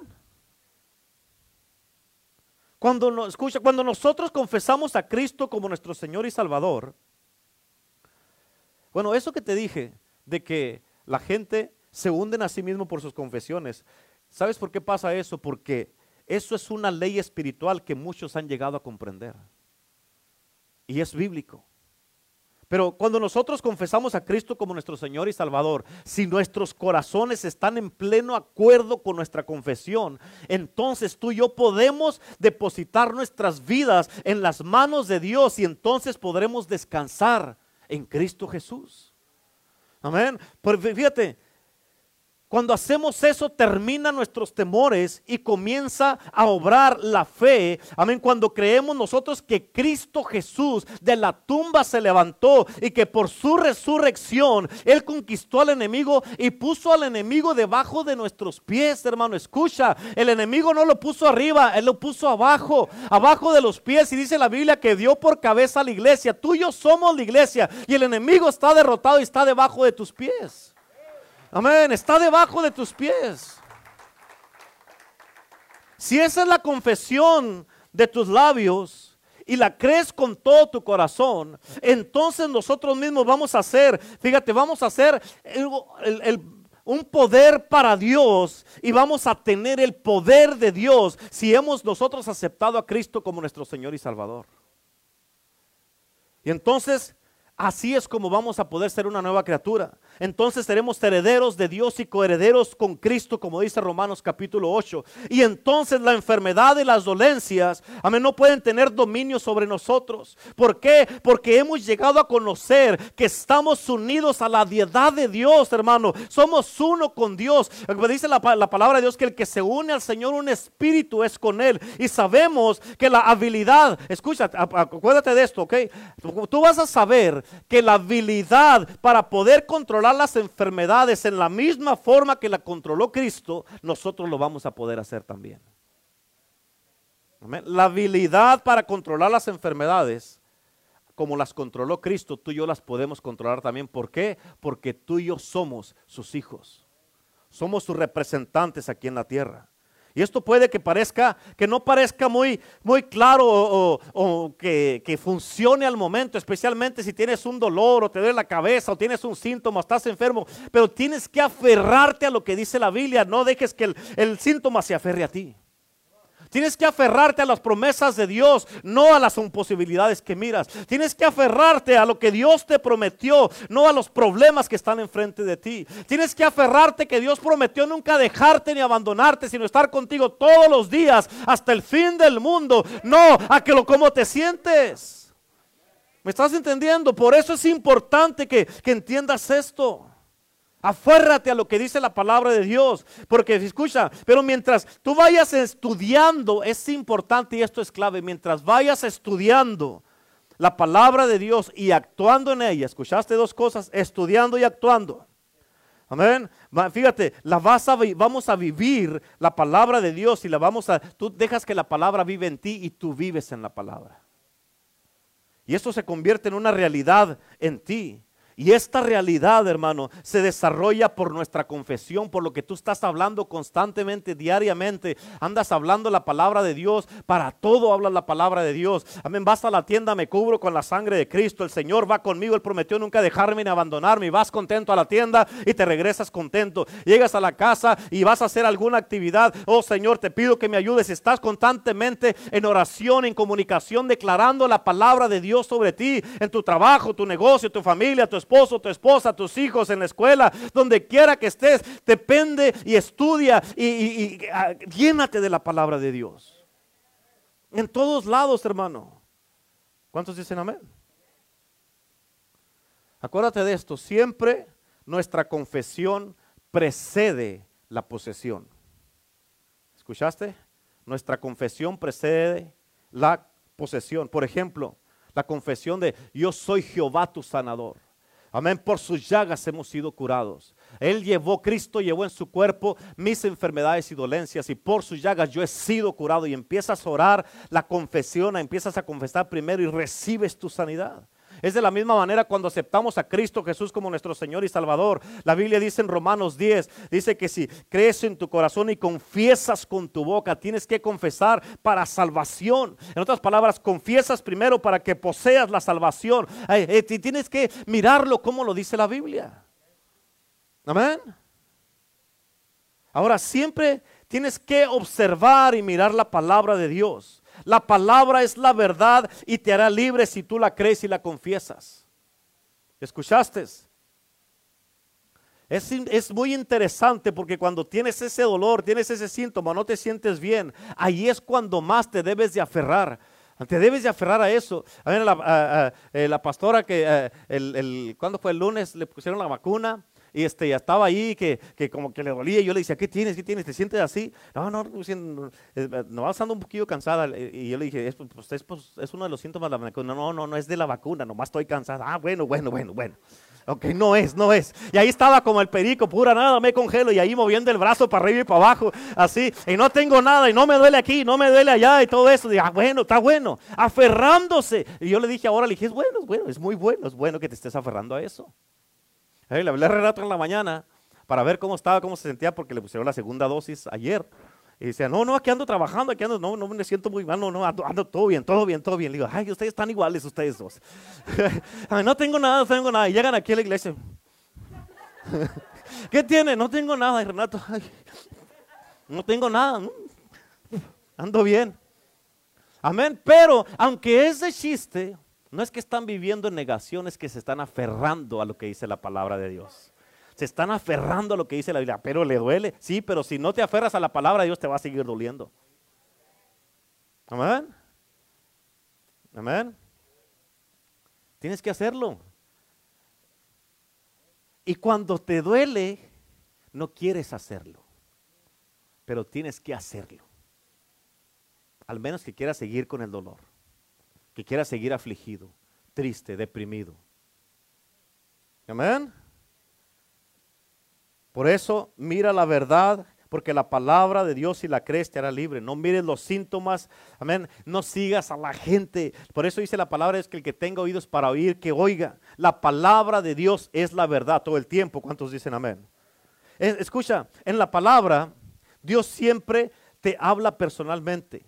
Cuando nosotros confesamos a Cristo como nuestro Señor y Salvador, bueno, eso que te dije, de que la gente se hunden a sí mismo por sus confesiones, ¿sabes por qué pasa eso? Porque eso es una ley espiritual que muchos han llegado a comprender, y es bíblico. Pero cuando nosotros confesamos a Cristo como nuestro Señor y Salvador, si nuestros corazones están en pleno acuerdo con nuestra confesión, entonces tú y yo podemos depositar nuestras vidas en las manos de Dios y entonces podremos descansar en Cristo Jesús. Amén. Pero fíjate, cuando hacemos eso terminan nuestros temores y comienza a obrar la fe. Amén. Cuando creemos nosotros que Cristo Jesús de la tumba se levantó y que por su resurrección Él conquistó al enemigo y puso al enemigo debajo de nuestros pies, hermano. Escucha, el enemigo no lo puso arriba, Él lo puso abajo de los pies. Y dice la Biblia que dio por cabeza a la iglesia. Tú y yo somos la iglesia y el enemigo está derrotado y está debajo de tus pies. Amén, está debajo de tus pies. Si esa es la confesión de tus labios y la crees con todo tu corazón, entonces nosotros mismos vamos a hacer, fíjate, vamos a hacer un poder para Dios y vamos a tener el poder de Dios si hemos nosotros aceptado a Cristo como nuestro Señor y Salvador. Y entonces así es como vamos a poder ser una nueva criatura. Entonces seremos herederos de Dios y coherederos con Cristo, como dice Romanos capítulo 8. Y entonces la enfermedad y las dolencias, amén, no pueden tener dominio sobre nosotros. ¿Por qué? Porque hemos llegado a conocer que estamos unidos a la deidad de Dios, hermano. Somos uno con Dios. Dice la palabra de Dios que el que se une al Señor, un espíritu es con Él. Y sabemos que la habilidad, escucha, acuérdate de esto, ¿ok? Tú vas a saber que la habilidad para poder controlar las enfermedades en la misma forma que la controló Cristo, nosotros lo vamos a poder hacer también. Amén. La habilidad para controlar las enfermedades como las controló Cristo, tú y yo las podemos controlar también. ¿Por qué? Porque tú y yo somos sus hijos, somos sus representantes aquí en la tierra. Y esto puede que no parezca muy claro o que funcione al momento, especialmente si tienes un dolor o te duele la cabeza o tienes un síntoma, estás enfermo, pero tienes que aferrarte a lo que dice la Biblia, no dejes que el síntoma se aferre a ti. Tienes que aferrarte a las promesas de Dios, no a las imposibilidades que miras. Tienes que aferrarte a lo que Dios te prometió, no a los problemas que están enfrente de ti. Tienes que aferrarte que Dios prometió nunca dejarte ni abandonarte, sino estar contigo todos los días hasta el fin del mundo, no a cómo te sientes. ¿Me estás entendiendo? Por eso es importante que entiendas esto. Aférrate a lo que dice la palabra de Dios, porque escucha, pero mientras tú vayas estudiando, es importante y esto es clave, mientras vayas estudiando la palabra de Dios y actuando en ella, escuchaste dos cosas, estudiando y actuando. Amén. Fíjate, vamos a vivir la palabra de Dios y tú dejas que la palabra vive en ti y tú vives en la palabra. Y esto se convierte en una realidad en ti. Y esta realidad, hermano, se desarrolla por nuestra confesión, por lo que tú estás hablando constantemente, diariamente. Andas hablando la palabra de Dios, para todo hablas la palabra de Dios. Amén, vas a la tienda, me cubro con la sangre de Cristo. El Señor va conmigo, Él prometió nunca dejarme ni abandonarme. Y vas contento a la tienda y te regresas contento. Llegas a la casa y vas a hacer alguna actividad. Oh Señor, te pido que me ayudes. Estás constantemente en oración, en comunicación, declarando la palabra de Dios sobre ti, en tu trabajo, tu negocio, tu familia, tu esposo, tu esposa, tus hijos, en la escuela, donde quiera que estés. Depende y estudia y llénate de la palabra de Dios. En todos lados, hermano. ¿Cuántos dicen amén? Acuérdate de esto, siempre nuestra confesión precede la posesión. ¿Escuchaste? Nuestra confesión precede la posesión. Por ejemplo, la confesión de yo soy Jehová tu sanador. Amén, por sus llagas hemos sido curados. Cristo llevó en su cuerpo mis enfermedades y dolencias, y por sus llagas yo he sido curado. Y empiezas a orar la confesión, empiezas a confesar primero y recibes tu sanidad. Es de la misma manera cuando aceptamos a Cristo Jesús como nuestro Señor y Salvador. La Biblia dice en Romanos 10, dice que si crees en tu corazón y confiesas con tu boca, tienes que confesar para salvación. En otras palabras, confiesas primero para que poseas la salvación. Tienes que mirarlo como lo dice la Biblia. Amén. Ahora, siempre tienes que observar y mirar la palabra de Dios. La palabra es la verdad y te hará libre si tú la crees y la confiesas. ¿Escuchaste? Es muy interesante porque cuando tienes ese dolor, tienes ese síntoma, no te sientes bien, ahí es cuando más te debes de aferrar. Te debes de aferrar a eso. A ver, la pastora que ¿cuándo fue? El lunes le pusieron la vacuna. Y ya estaba ahí que como que le dolía. Y yo le decía, ¿qué tienes? ¿Qué tienes? ¿Te sientes así? No, va estando un poquito cansada. Y yo le dije, es uno de los síntomas de la vacuna. No es de la vacuna, nomás estoy cansada. Ah, bueno. Ok, no es. Y ahí estaba como el perico, pura nada, me congelo. Y ahí moviendo el brazo para arriba y para abajo, así. Y no tengo nada, y no me duele aquí, no me duele allá, y todo eso. Y bueno, está bueno. Aferrándose. Y yo le dije ahora, es bueno que te estés aferrando a eso. Le hablé a Renato en la mañana para ver cómo estaba, cómo se sentía, porque le pusieron la segunda dosis ayer. Y decía, no, aquí ando trabajando, no me siento muy mal, ando todo bien. Le digo, ay, ustedes están iguales, ustedes dos. No tengo nada. Y llegan aquí a la iglesia. ¿Qué tiene? No tengo nada. Y Renato, ay, no tengo nada. Ando bien. Amén. Pero, aunque es de chiste, no es que están viviendo en negación, es que se están aferrando a lo que dice la palabra de Dios. Se están aferrando a lo que dice la Biblia, pero le duele. Sí, pero si no te aferras a la palabra de Dios, te va a seguir doliendo. Amén. Amén. Tienes que hacerlo. Y cuando te duele, no quieres hacerlo, pero tienes que hacerlo. Al menos que quieras seguir con el dolor, que quieras seguir afligido, triste, deprimido. Amén. Por eso mira la verdad, porque la palabra de Dios, si la crees, te hará libre. No mires los síntomas, amén. No sigas a la gente. Por eso dice la palabra, es que el que tenga oídos para oír, que oiga. La palabra de Dios es la verdad todo el tiempo. ¿Cuántos dicen amén? Escucha, en la palabra, Dios siempre te habla personalmente.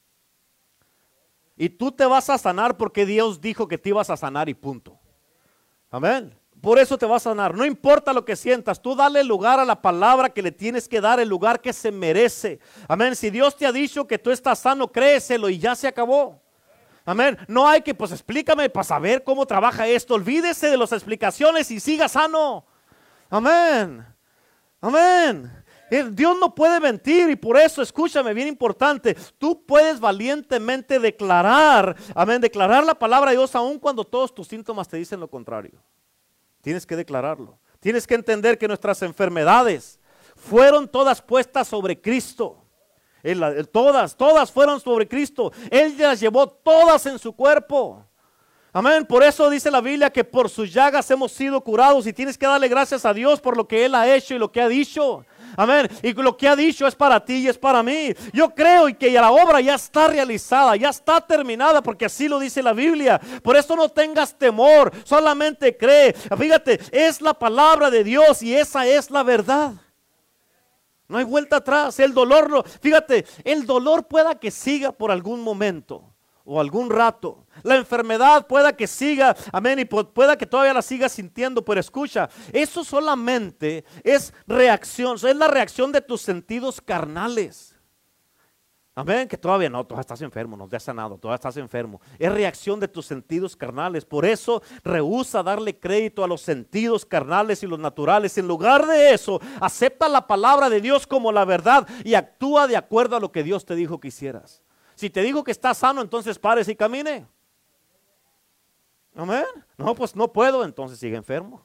Y tú te vas a sanar porque Dios dijo que te ibas a sanar y punto. Amén. Por eso te vas a sanar. No importa lo que sientas, tú dale lugar a la palabra que le tienes que dar, el lugar que se merece. Amén. Si Dios te ha dicho que tú estás sano, créeselo y ya se acabó. Amén. No hay que, explícame para saber cómo trabaja esto. Olvídese de las explicaciones y siga sano. Amén. Amén. Dios no puede mentir y por eso, escúchame, bien importante, tú puedes valientemente declarar, amén, declarar la palabra de Dios aun cuando todos tus síntomas te dicen lo contrario. Tienes que declararlo. Tienes que entender que nuestras enfermedades fueron todas puestas sobre Cristo. Todas fueron sobre Cristo. Él las llevó todas en su cuerpo. Amén. Por eso dice la Biblia que por sus llagas hemos sido curados y tienes que darle gracias a Dios por lo que Él ha hecho y lo que ha dicho. Amén. Y lo que ha dicho es para ti y es para mí. Yo creo que la obra ya está realizada, ya está terminada, porque así lo dice la Biblia. Por eso no tengas temor, solamente cree. Fíjate, es la palabra de Dios y esa es la verdad. No hay vuelta atrás. El dolor, fíjate, el dolor pueda que siga por algún momento o algún rato. La enfermedad pueda que siga, amén, y pueda que todavía la siga sintiendo, pero escucha, eso solamente es reacción, es la reacción de tus sentidos carnales. Amén, que todavía no, todavía estás enfermo, no te has sanado, todavía estás enfermo. Es reacción de tus sentidos carnales. Por eso rehúsa darle crédito a los sentidos carnales y los naturales. En lugar de eso, acepta la palabra de Dios como la verdad y actúa de acuerdo a lo que Dios te dijo que hicieras. Si te dijo que estás sano, entonces párese y camine. Amén. No, pues no puedo, entonces sigue enfermo.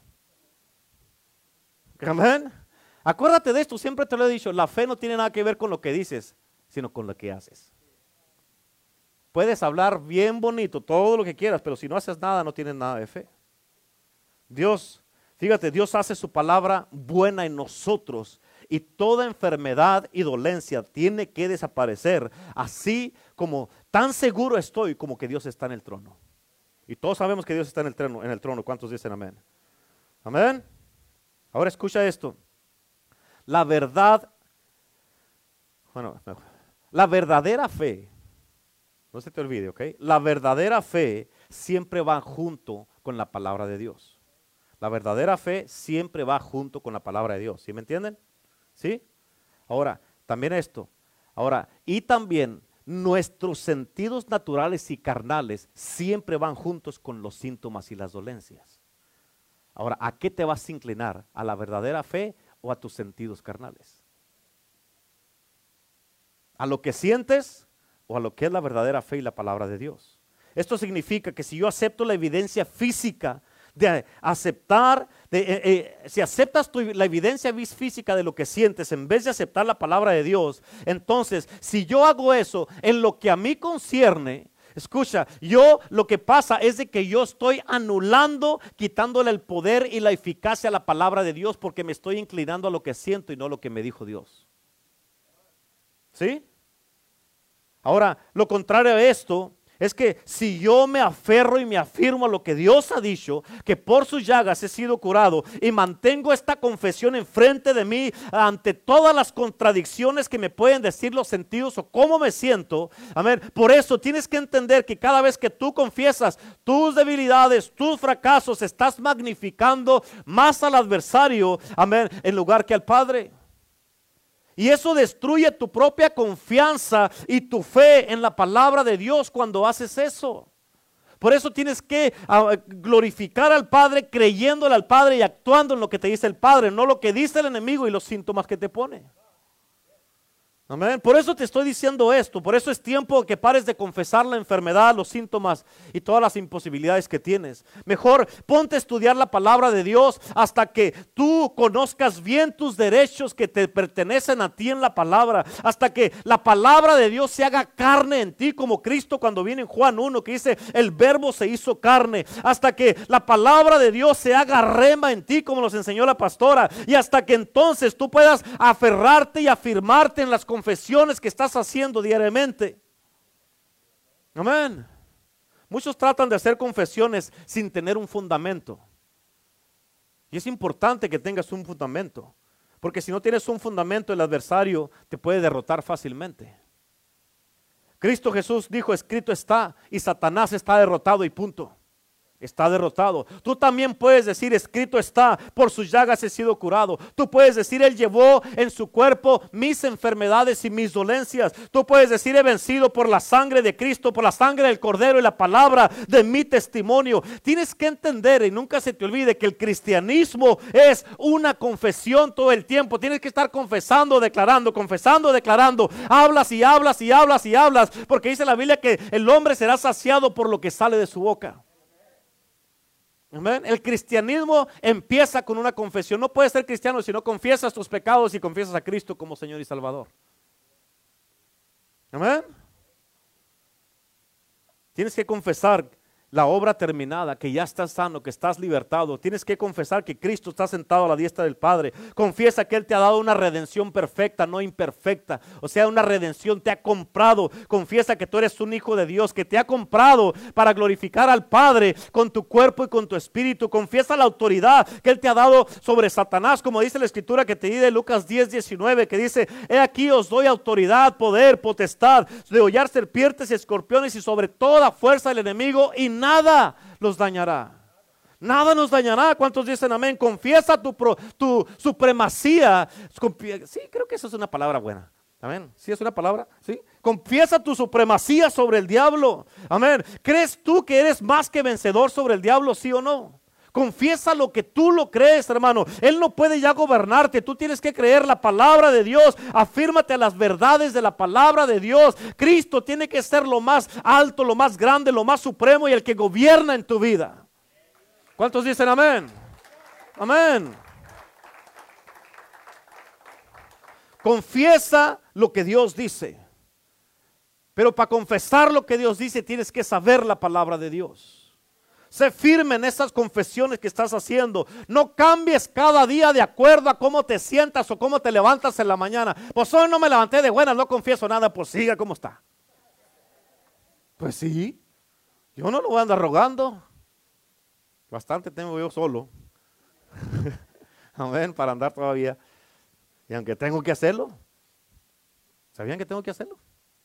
Amén. Acuérdate de esto, siempre te lo he dicho, la fe no tiene nada que ver con lo que dices, sino con lo que haces. Puedes hablar bien bonito, todo lo que quieras, pero si no haces nada, no tienes nada de fe. Dios, fíjate, Dios hace su palabra buena en nosotros y toda enfermedad y dolencia tiene que desaparecer, así como tan seguro estoy como que Dios está en el trono. Y todos sabemos que Dios está en el trono. ¿Cuántos dicen amén? Amén. Ahora escucha esto. La verdad, la verdadera fe, no se te olvide, ¿ok? La verdadera fe siempre va junto con la palabra de Dios. La verdadera fe siempre va junto con la palabra de Dios. ¿Sí me entienden? ¿Sí? Ahora, también esto. Ahora, y también nuestros sentidos naturales y carnales siempre van juntos con los síntomas y las dolencias. Ahora, ¿a qué te vas a inclinar? ¿A la verdadera fe o a tus sentidos carnales? ¿A lo que sientes o a lo que es la verdadera fe y la palabra de Dios? Esto significa que si yo acepto la evidencia física de aceptar, si aceptas la evidencia física de lo que sientes en vez de aceptar la palabra de Dios, entonces si yo hago eso en lo que a mí concierne, escucha, lo que pasa es de que yo estoy anulando, quitándole el poder y la eficacia a la palabra de Dios porque me estoy inclinando a lo que siento y no a lo que me dijo Dios. ¿Sí? Ahora, lo contrario a esto es que si yo me aferro y me afirmo a lo que Dios ha dicho, que por sus llagas he sido curado, y mantengo esta confesión enfrente de mí ante todas las contradicciones que me pueden decir los sentidos o cómo me siento, amén. Por eso tienes que entender que cada vez que tú confiesas tus debilidades, tus fracasos, estás magnificando más al adversario, amén, en lugar que al Padre. Y eso destruye tu propia confianza y tu fe en la palabra de Dios cuando haces eso. Por eso tienes que glorificar al Padre, creyéndole al Padre y actuando en lo que te dice el Padre, no lo que dice el enemigo y los síntomas que te pone. Amén. Por eso te estoy diciendo esto. Por eso es tiempo que pares de confesar la enfermedad, los síntomas y todas las imposibilidades que tienes. Mejor ponte a estudiar la palabra de Dios hasta que tú conozcas bien tus derechos que te pertenecen a ti en la palabra. Hasta que la palabra de Dios se haga carne en ti, como Cristo cuando viene en Juan 1 que dice el verbo se hizo carne. Hasta que la palabra de Dios se haga rema en ti, como nos enseñó la pastora. Y hasta que entonces tú puedas aferrarte y afirmarte en las confesiones que estás haciendo diariamente. Amén. Muchos tratan de hacer confesiones sin tener un fundamento. Y es importante que tengas un fundamento, porque si no tienes un fundamento, el adversario te puede derrotar fácilmente. Cristo Jesús dijo, escrito está, y Satanás está derrotado y punto. Está derrotado. Tú también puedes decir, escrito está, por sus llagas he sido curado. Tú puedes decir, Él llevó en su cuerpo mis enfermedades y mis dolencias. Tú puedes decir, he vencido por la sangre de Cristo, por la sangre del Cordero y la palabra de mi testimonio. Tienes que entender y nunca se te olvide que el cristianismo es una confesión todo el tiempo. Tienes que estar confesando, declarando, confesando, declarando. Hablas y hablas y hablas y hablas, porque dice la Biblia que el hombre será saciado por lo que sale de su boca. Amén. El cristianismo empieza con una confesión. No puedes ser cristiano si no confiesas tus pecados y confiesas a Cristo como Señor y Salvador. Amén. Tienes que confesar la obra terminada, que ya estás sano, que estás libertado. Tienes que confesar que Cristo está sentado a la diestra del Padre. Confiesa que Él te ha dado una redención perfecta, no imperfecta. O sea, una redención, te ha comprado. Confiesa que tú eres un hijo de Dios, que te ha comprado para glorificar al Padre con tu cuerpo y con tu espíritu. Confiesa la autoridad que Él te ha dado sobre Satanás, como dice la escritura que te di de Lucas 10:19, que dice: he aquí os doy autoridad, poder, potestad de hollar serpientes y escorpiones y sobre toda fuerza del enemigo, y nada los dañará. Nada nos dañará. ¿Cuántos dicen amén? Confiesa tu supremacía. Sí, creo que eso es una palabra buena. Amén. ¿Sí es una palabra? ¿Sí? Confiesa tu supremacía sobre el diablo. Amén. ¿Crees tú que eres más que vencedor sobre el diablo? ¿Sí o no? Confiesa lo que tú lo crees, hermano. Él no puede ya gobernarte. Tú tienes que creer la palabra de Dios. Afírmate a las verdades de la palabra de Dios. Cristo tiene que ser lo más alto, lo más grande, lo más supremo y el que gobierna en tu vida. ¿Cuántos dicen amén? Amén. Confiesa lo que Dios dice. Pero para confesar lo que Dios dice tienes que saber la palabra de Dios. Sé firme en esas confesiones que estás haciendo. No cambies cada día de acuerdo a cómo te sientas o cómo te levantas en la mañana. Pues hoy no me levanté de buenas, no confieso nada. Pues siga como está. Pues sí, yo no lo voy a andar rogando. Bastante tengo yo solo. Amén, para andar todavía. Y aunque tengo que hacerlo, ¿sabían que tengo que hacerlo?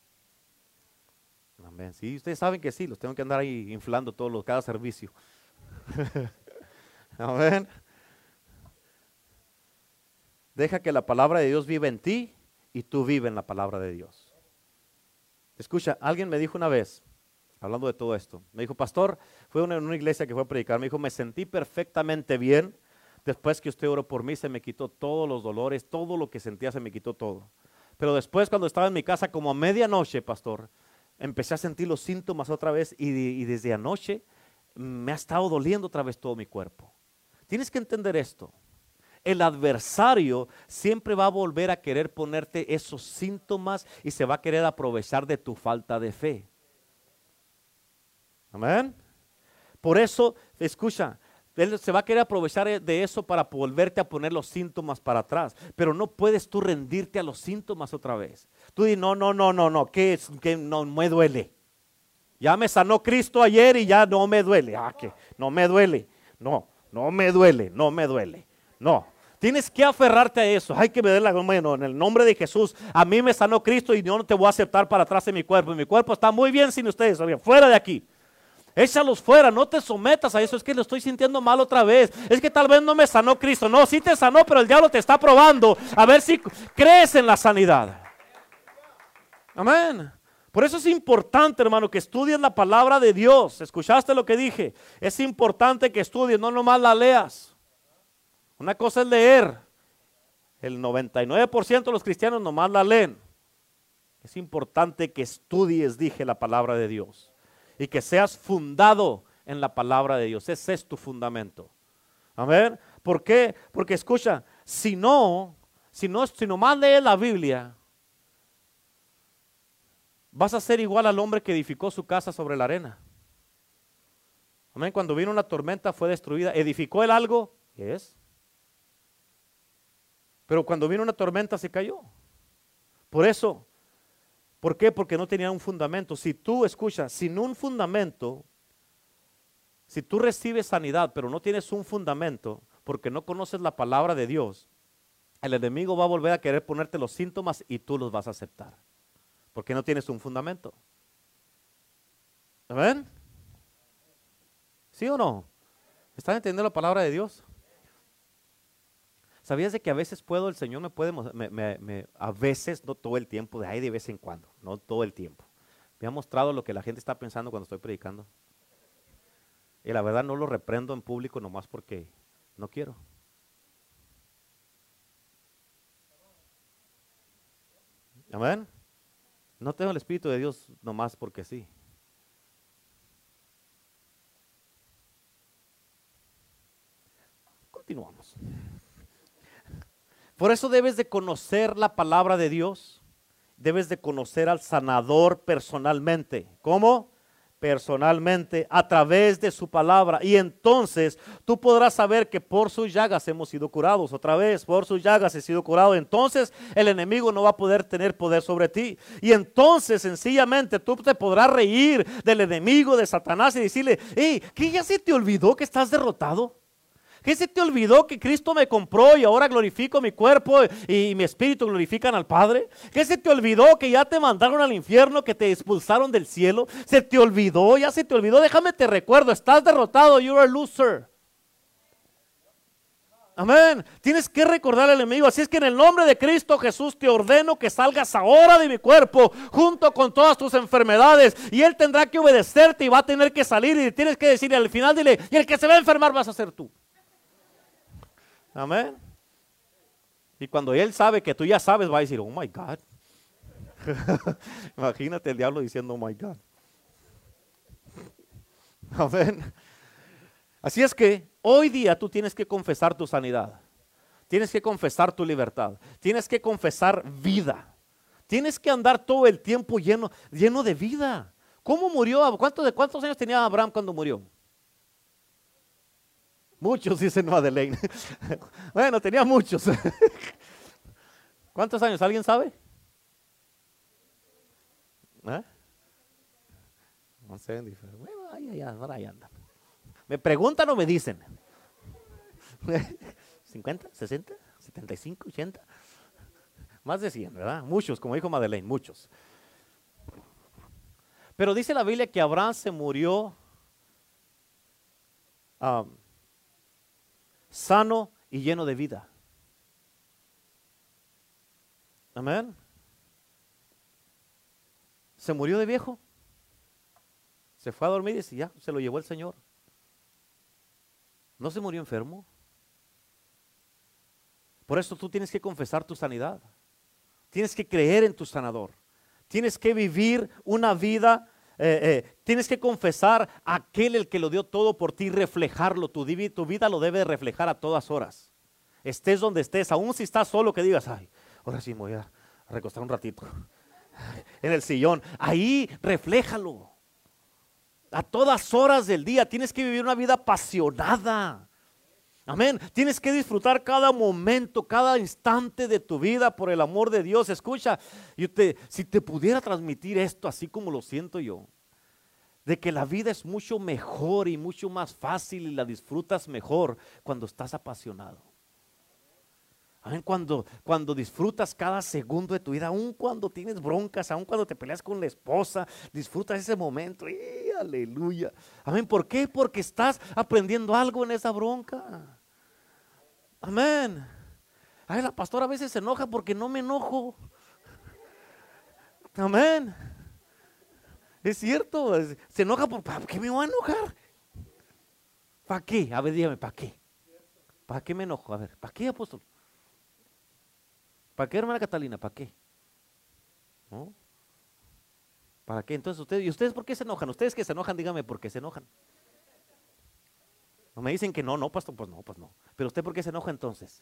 Amén. Sí, ustedes saben que sí, los tengo que andar ahí inflando cada servicio. Amén. Deja que la palabra de Dios viva en ti y tú vive en la palabra de Dios. Escucha, alguien me dijo una vez, hablando de todo esto, me dijo: pastor, fue en una iglesia que fue a predicar, me dijo: me sentí perfectamente bien después que usted oró por mí, se me quitó todos los dolores, todo lo que sentía se me quitó todo. Pero después, cuando estaba en mi casa como a medianoche, pastor, empecé a sentir los síntomas otra vez y desde anoche me ha estado doliendo otra vez todo mi cuerpo. Tienes que entender esto. El adversario siempre va a volver a querer ponerte esos síntomas y se va a querer aprovechar de tu falta de fe. Amén. Por eso, escucha, él se va a querer aprovechar de eso para volverte a poner los síntomas para atrás. Pero no puedes tú rendirte a los síntomas otra vez. Tú dices: no, que no me duele. Ya me sanó Cristo ayer y ya no me duele. Que no me duele. No me duele. No. Tienes que aferrarte a eso. Hay que ver bueno, en el nombre de Jesús, a mí me sanó Cristo y yo no te voy a aceptar para atrás en mi cuerpo. Mi cuerpo está muy bien sin ustedes. Fuera de aquí. Échalos fuera, no te sometas a eso. Es que lo estoy sintiendo mal otra vez. Es que tal vez no me sanó Cristo. No, sí te sanó, pero el diablo te está probando a ver si crees en la sanidad. Amén. Por eso es importante, hermano, que estudies la palabra de Dios. ¿Escuchaste lo que dije? Es importante que estudies, no nomás la leas. Una cosa es leer. El 99% de los cristianos nomás la leen. Es importante que estudies, dije, la palabra de Dios. Y que seas fundado en la palabra de Dios. Ese es tu fundamento. Amén. ¿Por qué? Porque escucha, si nomás lees la Biblia, vas a ser igual al hombre que edificó su casa sobre la arena. Amén. Cuando vino una tormenta fue destruida. ¿Edificó él algo? Yes. Pero cuando vino una tormenta se cayó. Por eso. ¿Por qué? Porque no tenía un fundamento. Si tú, escuchas, sin un fundamento, si tú recibes sanidad, pero no tienes un fundamento, porque no conoces la palabra de Dios, el enemigo va a volver a querer ponerte los síntomas y tú los vas a aceptar. Porque no tienes un fundamento. ¿Amén? ¿Sí o no? ¿Están entendiendo la palabra de Dios? ¿Sabías de que a veces el Señor me puede, a veces, no todo el tiempo, de vez en cuando, no todo el tiempo, me ha mostrado lo que la gente está pensando cuando estoy predicando? Y la verdad no lo reprendo en público nomás porque no quiero. Amén. No tengo el Espíritu de Dios nomás porque sí. Continuamos. Por eso debes de conocer la palabra de Dios. Debes de conocer al sanador personalmente. ¿Cómo? personalmente a través de su palabra, y entonces tú podrás saber que por sus llagas hemos sido curados. Otra vez, por sus llagas he sido curado. Entonces el enemigo no va a poder tener poder sobre ti, y entonces sencillamente tú te podrás reír del enemigo, de Satanás, y decirle: hey, ¿qué ya se te olvidó que estás derrotado? ¿Qué se te olvidó que Cristo me compró y ahora glorifico mi cuerpo y mi espíritu glorifican al Padre? ¿Qué se te olvidó que ya te mandaron al infierno, que te expulsaron del cielo? ¿Se te olvidó? Ya se te olvidó. Déjame te recuerdo, estás derrotado. You're a loser. Amén. Tienes que recordar al enemigo. Así es que en el nombre de Cristo Jesús te ordeno que salgas ahora de mi cuerpo junto con todas tus enfermedades, y Él tendrá que obedecerte y va a tener que salir, y tienes que decirle al final, dile: y el que se va a enfermar vas a ser tú. Amén. Y cuando Él sabe que tú ya sabes, va a decir: oh my God. Imagínate el diablo diciendo: oh my God. Amén. Así es que hoy día tú tienes que confesar tu sanidad. Tienes que confesar tu libertad. Tienes que confesar vida. Tienes que andar todo el tiempo lleno de vida. ¿Cómo murió? ¿Cuántos años tenía Abraham cuando murió? Muchos, dice Madeleine. Bueno, tenía muchos. ¿Cuántos años? ¿Alguien sabe? No sé. Bueno, ahora ahí andan. ¿Me preguntan o me dicen? ¿50? ¿60? ¿75? ¿80? Más de 100, ¿verdad? Muchos, como dijo Madeleine, muchos. Pero dice la Biblia que Abraham se murió sano y lleno de vida. Amén. Se murió de viejo. Se fue a dormir y ya se lo llevó el Señor. No se murió enfermo. Por eso tú tienes que confesar tu sanidad. Tienes que creer en tu sanador. Tienes que vivir una vida. Tienes que confesar a aquel el que lo dio todo por ti, reflejarlo. Tu vida lo debe reflejar a todas horas. Estés donde estés, aún si estás solo, que digas: ay, ahora sí me voy a recostar un ratito en el sillón. Ahí refléjalo. A todas horas del día tienes que vivir una vida apasionada. Amén. Tienes que disfrutar cada momento, cada instante de tu vida por el amor de Dios. Escucha, si te pudiera transmitir esto así como lo siento yo, de que la vida es mucho mejor y mucho más fácil y la disfrutas mejor cuando estás apasionado. Amén. Cuando disfrutas cada segundo de tu vida, aun cuando tienes broncas, aun cuando te peleas con la esposa, disfrutas ese momento. Aleluya. Amén. ¿Por qué? Porque estás aprendiendo algo en esa bronca. Amén. Ay, la pastora a veces se enoja porque no me enojo. Amén. Es cierto. Se enoja ¿para qué me voy a enojar? ¿Para qué? A ver, dígame, ¿para qué? ¿Para qué me enojo? A ver, ¿para qué, apóstol? ¿Para qué, hermana Catalina? ¿Para qué? ¿No? ¿Para qué? Entonces ustedes por qué se enojan? Ustedes que se enojan, dígame por qué se enojan. No me dicen que no, pastor, pues no. Pero usted ¿por qué se enoja entonces?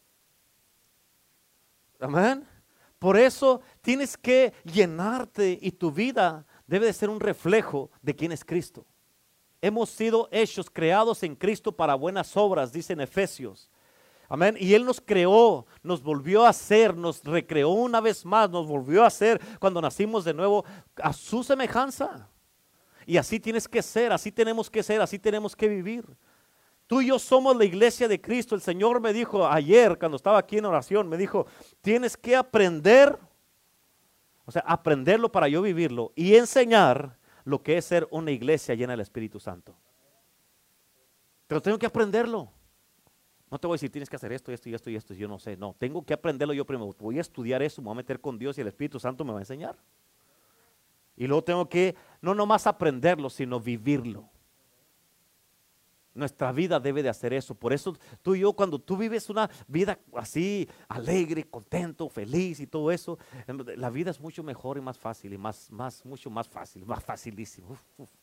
Amén. Por eso tienes que llenarte y tu vida debe de ser un reflejo de quién es Cristo. Hemos sido hechos, creados en Cristo para buenas obras, dice en Efesios. Amén. Y Él nos creó, nos volvió a hacer, nos recreó una vez más, nos volvió a hacer cuando nacimos de nuevo a su semejanza. Y así tienes que ser, así tenemos que ser, así tenemos que vivir. Tú y yo somos la iglesia de Cristo. El Señor me dijo ayer, cuando estaba aquí en oración, me dijo: tienes que aprender, o sea, aprenderlo para yo vivirlo y enseñar lo que es ser una iglesia llena del Espíritu Santo. Pero tengo que aprenderlo. No te voy a decir, tienes que hacer esto, yo no sé. No, tengo que aprenderlo yo primero. Voy a estudiar eso, me voy a meter con Dios y el Espíritu Santo me va a enseñar. Y luego tengo que, no nomás aprenderlo, sino vivirlo. Nuestra vida debe de hacer eso. Por eso tú y yo, cuando tú vives una vida así, alegre, contento, feliz y todo eso, la vida es mucho mejor y más fácil, y mucho más fácil, más facilísimo.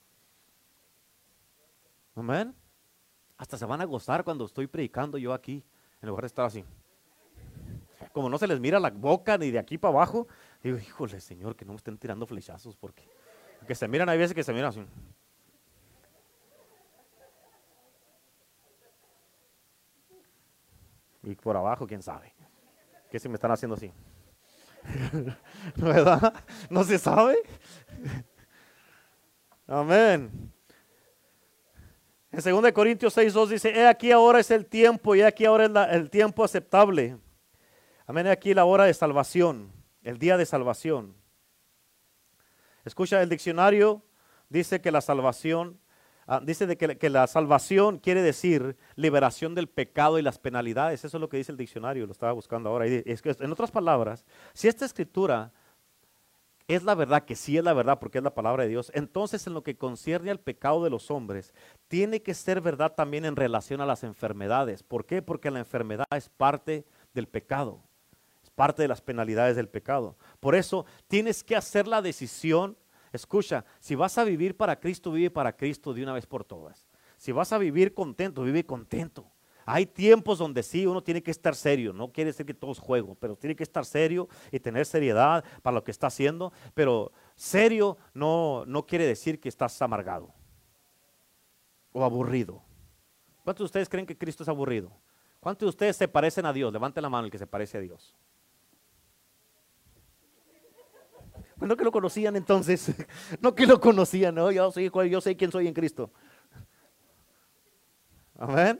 Amén. Hasta se van a gozar cuando estoy predicando yo aquí, en lugar de estar así. Como no se les mira la boca ni de aquí para abajo, digo: híjole, Señor, que no me estén tirando flechazos porque Que se miran, hay veces que se miran así. Y por abajo, quién sabe. Que si me están haciendo así. ¿Verdad? ¿No se sabe? Amén. En 2 Corintios 6:2 dice, he aquí ahora es el tiempo, y aquí ahora es el tiempo aceptable. Amén, aquí la hora de salvación, el día de salvación. Escucha, el diccionario dice que la salvación, dice que la salvación quiere decir liberación del pecado y las penalidades. Eso es lo que dice el diccionario, lo estaba buscando ahora. Y es que, en otras palabras, si esta escritura es la verdad, que sí es la verdad porque es la palabra de Dios, entonces en lo que concierne al pecado de los hombres, tiene que ser verdad también en relación a las enfermedades. ¿Por qué? Porque la enfermedad es parte del pecado, es parte de las penalidades del pecado. Por eso tienes que hacer la decisión. Escucha, si vas a vivir para Cristo, vive para Cristo de una vez por todas. Si vas a vivir contento, vive contento. Hay tiempos donde sí, uno tiene que estar serio, no quiere decir que todo es juego, pero tiene que estar serio y tener seriedad para lo que está haciendo, pero serio no quiere decir que estás amargado o aburrido. ¿Cuántos de ustedes creen que Cristo es aburrido? ¿Cuántos de ustedes se parecen a Dios? Levanten la mano el que se parece a Dios. Pues no que lo conocían entonces, no que lo conocían, no, yo sé quién soy en Cristo. Amén.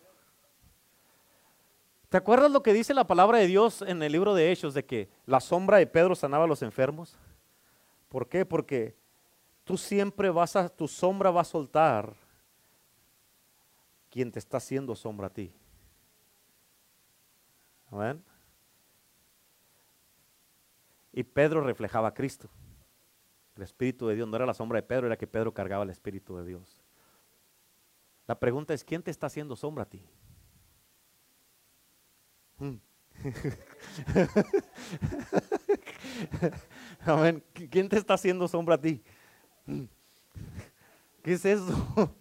¿Te acuerdas lo que dice la palabra de Dios en el libro de Hechos, de que la sombra de Pedro sanaba a los enfermos? ¿Por qué? Porque tú siempre tu sombra va a soltar quien te está haciendo sombra a ti. Amén. Y Pedro reflejaba a Cristo. El Espíritu de Dios no era la sombra de Pedro, era que Pedro cargaba el Espíritu de Dios. La pregunta es, ¿quién te está haciendo sombra a ti? Amén. ¿Quién te está haciendo sombra a ti? ¿Qué es eso?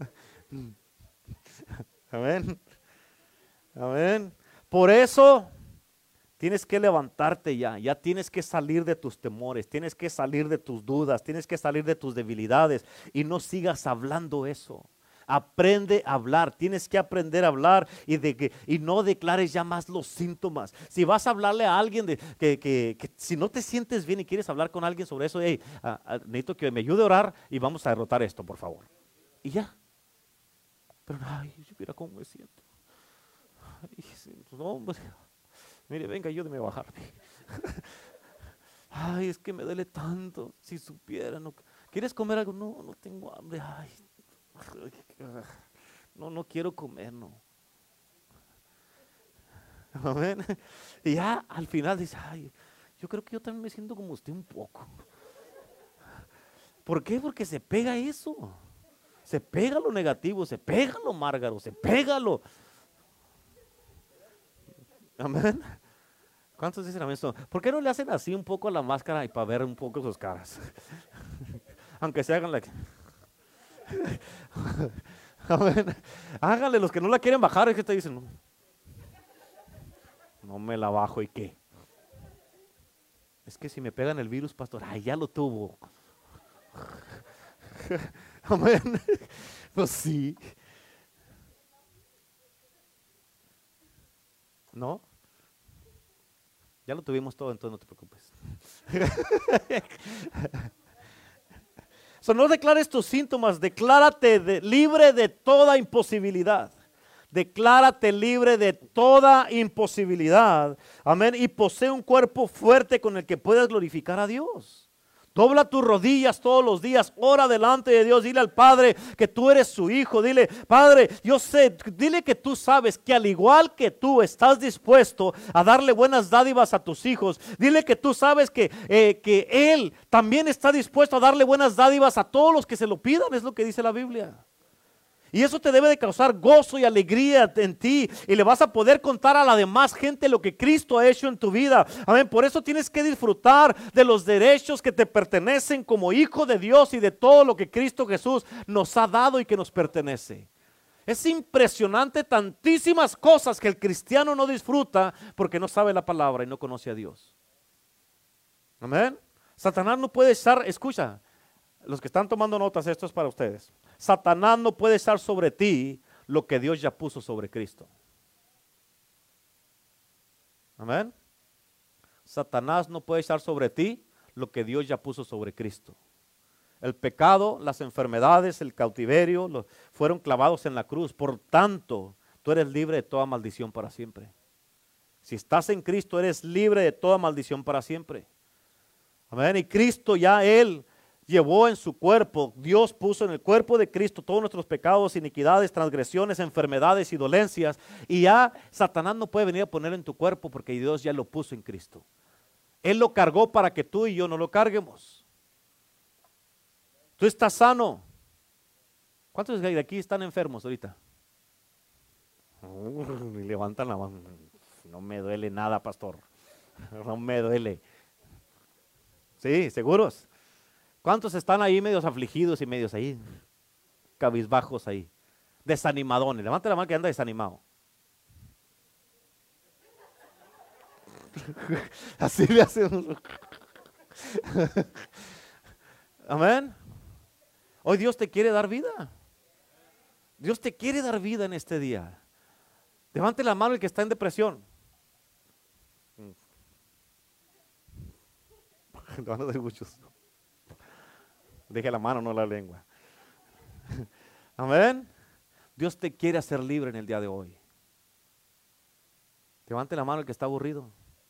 Amén. Amén. Por eso tienes que levantarte ya tienes que salir de tus temores, tienes que salir de tus dudas, tienes que salir de tus debilidades y no sigas hablando eso. Aprende a hablar, tienes que aprender a hablar y no declares ya más los síntomas. Si vas a hablarle a alguien que si no te sientes bien y quieres hablar con alguien sobre eso, hey, necesito que me ayude a orar y vamos a derrotar esto, por favor. Y ya. Pero ay, mira cómo me siento. Ay, no, hombre. Mire, venga, ayúdeme a bajarme. Ay, es que me duele tanto. Si supiera, no. ¿Quieres comer algo? No tengo hambre. Ay, no quiero comer, no. Amén. Y ya al final dice, ay, yo creo que yo también me siento como usted un poco. ¿Por qué? Porque se pega eso. Se pega lo negativo, se pega lo amargo, se pega lo... Amén. ¿Cuántos dicen amén? ¿Por qué no le hacen así un poco a la máscara y para ver un poco sus caras? Aunque se hagan la... Amén. Háganle, los que no la quieren bajar, es que te dicen, no me la bajo, ¿y qué? Es que si me pegan el virus, pastor, ay, ya lo tuvo. Amén. Pues sí. ¿No? Ya lo tuvimos todo, entonces no te preocupes. No declares tus síntomas, declárate libre de toda imposibilidad. Declárate libre de toda imposibilidad. Amén. Y posee un cuerpo fuerte con el que puedas glorificar a Dios. Dobla tus rodillas todos los días, ora delante de Dios, dile al Padre que tú eres su hijo, dile, Padre, yo sé, dile que tú sabes que al igual que tú estás dispuesto a darle buenas dádivas a tus hijos, dile que tú sabes que Él también está dispuesto a darle buenas dádivas a todos los que se lo pidan, es lo que dice la Biblia. Y eso te debe de causar gozo y alegría en ti. Y le vas a poder contar a la demás gente lo que Cristo ha hecho en tu vida. Amén. Por eso tienes que disfrutar de los derechos que te pertenecen como hijo de Dios y de todo lo que Cristo Jesús nos ha dado y que nos pertenece. Es impresionante tantísimas cosas que el cristiano no disfruta porque no sabe la palabra y no conoce a Dios. Amén. Satanás no puede estar, escucha, Los que están tomando notas, esto es para ustedes. Satanás no puede estar sobre ti lo que Dios ya puso sobre Cristo. Amén. Satanás no puede estar sobre ti lo que Dios ya puso sobre Cristo. El pecado, las enfermedades, el cautiverio fueron clavados en la cruz. Por tanto, tú eres libre de toda maldición para siempre. Si estás en Cristo, eres libre de toda maldición para siempre. Amén. Y Cristo ya Él llevó en su cuerpo, Dios puso en el cuerpo de Cristo todos nuestros pecados, iniquidades, transgresiones, enfermedades y dolencias. Y ya Satanás no puede venir a poner en tu cuerpo porque Dios ya lo puso en Cristo. Él lo cargó para que tú y yo no lo carguemos. Tú estás sano. ¿Cuántos de aquí están enfermos ahorita? Y levantan la mano. No me duele nada, pastor. No me duele. Sí, seguros. ¿Cuántos están ahí medios afligidos y medios ahí, cabizbajos ahí? Desanimadones. Levanta la mano que anda desanimado. Así le hacen. Amén. Hoy Dios te quiere dar vida. Dios te quiere dar vida en este día. Levante la mano el que está en depresión. No, no de muchos. Deje la mano, no la lengua. Amén. Dios te quiere hacer libre en el día de hoy. Levante la mano el que está aburrido.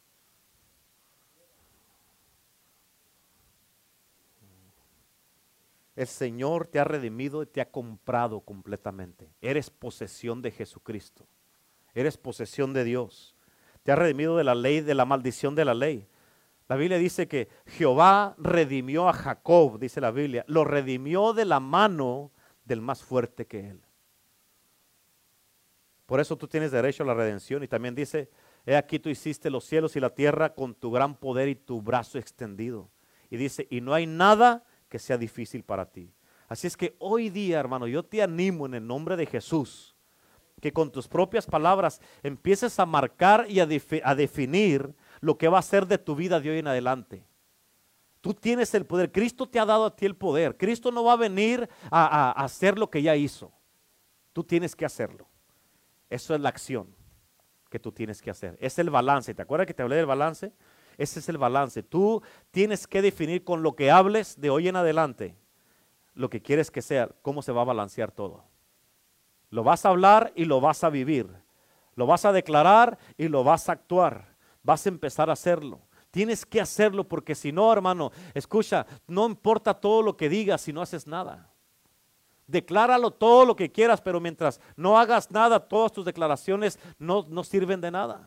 El Señor te ha redimido y te ha comprado completamente. Eres posesión de Jesucristo. Eres posesión de Dios. Te ha redimido de la ley, de la maldición de la ley. La Biblia dice que Jehová redimió a Jacob, dice la Biblia. Lo redimió de la mano del más fuerte que él. Por eso tú tienes derecho a la redención. Y también dice, he aquí tú hiciste los cielos y la tierra con tu gran poder y tu brazo extendido. Y dice, y no hay nada que sea difícil para ti. Así es que hoy día, hermano, yo te animo en el nombre de Jesús, que con tus propias palabras empieces a marcar y a definir lo que va a ser de tu vida de hoy en adelante. Tú tienes el poder. Cristo te ha dado a ti el poder. Cristo no va a venir a hacer lo que ya hizo. Tú tienes que hacerlo. Eso es la acción que tú tienes que hacer. Es el balance. ¿Te acuerdas que te hablé del balance? Ese es el balance. Tú tienes que definir con lo que hables de hoy en adelante lo que quieres que sea, cómo se va a balancear todo. Lo vas a hablar y lo vas a vivir. Lo vas a declarar y lo vas a actuar. Vas a empezar a hacerlo. Tienes que hacerlo porque si no, hermano, escucha, no importa todo lo que digas si no haces nada. Decláralo todo lo que quieras, pero mientras no hagas nada, todas tus declaraciones no sirven de nada.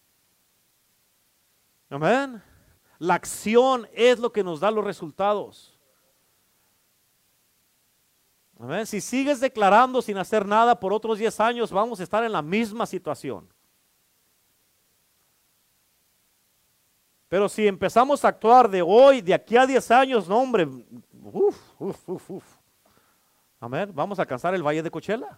Amén. La acción es lo que nos da los resultados. Amén. Si sigues declarando sin hacer nada por otros 10 años, vamos a estar en la misma situación. Pero si empezamos a actuar de hoy, de aquí a 10 años, no hombre, amén, vamos a alcanzar el valle de Coachella.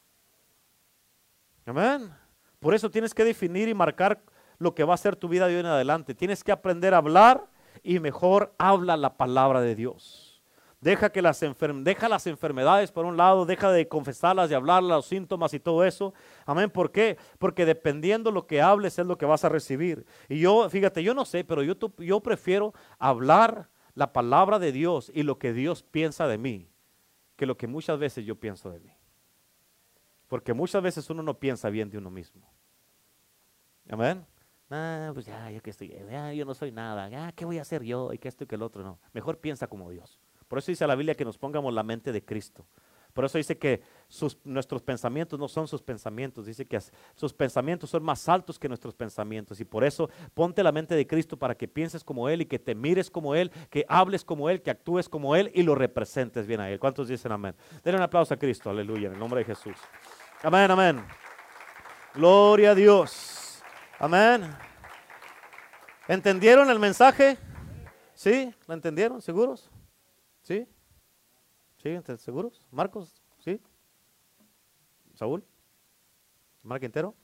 Amén. Por eso tienes que definir y marcar lo que va a ser tu vida de hoy en adelante. Tienes que aprender a hablar y mejor habla la palabra de Dios. Deja las enfermedades por un lado, deja de confesarlas, de hablar los síntomas y todo eso. Amén. ¿Por qué? Porque dependiendo lo que hables es lo que vas a recibir. Y yo, fíjate, yo no sé, pero yo prefiero hablar la palabra de Dios y lo que Dios piensa de mí, que lo que muchas veces yo pienso de mí. Porque muchas veces uno no piensa bien de uno mismo. Amén. Pues ya, yo que estoy, yo no soy nada, ¿qué voy a hacer yo? Y que esto y que el otro, no. Mejor piensa como Dios. Por eso dice la Biblia que nos pongamos la mente de Cristo. Por eso dice que nuestros pensamientos no son sus pensamientos. Dice que sus pensamientos son más altos que nuestros pensamientos. Y por eso ponte la mente de Cristo para que pienses como Él y que te mires como Él, que hables como Él, que actúes como Él y lo representes bien a Él. ¿Cuántos dicen amén? Denle un aplauso a Cristo, aleluya, en el nombre de Jesús. Amén, amén. Gloria a Dios. Amén. ¿Entendieron el mensaje? ¿Sí? ¿Lo entendieron? ¿Seguros? ¿Sí? ¿Sí? ¿Seguros? ¿Marcos? ¿Sí? ¿Saúl? ¿Mar Quintero?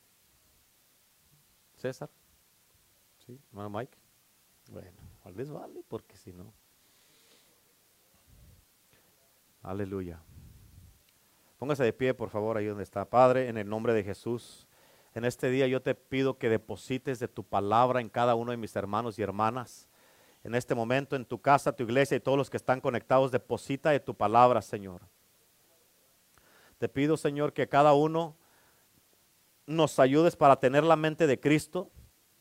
¿César? ¿Sí? ¿Hermano Mike? Bueno, tal vez vale, porque si no. Aleluya. Póngase de pie, por favor, ahí donde está. Padre, en el nombre de Jesús, en este día yo te pido que deposites de tu palabra en cada uno de mis hermanos y hermanas. En este momento, en tu casa, tu iglesia y todos los que están conectados, deposita de tu palabra, Señor. Te pido, Señor, que cada uno nos ayudes para tener la mente de Cristo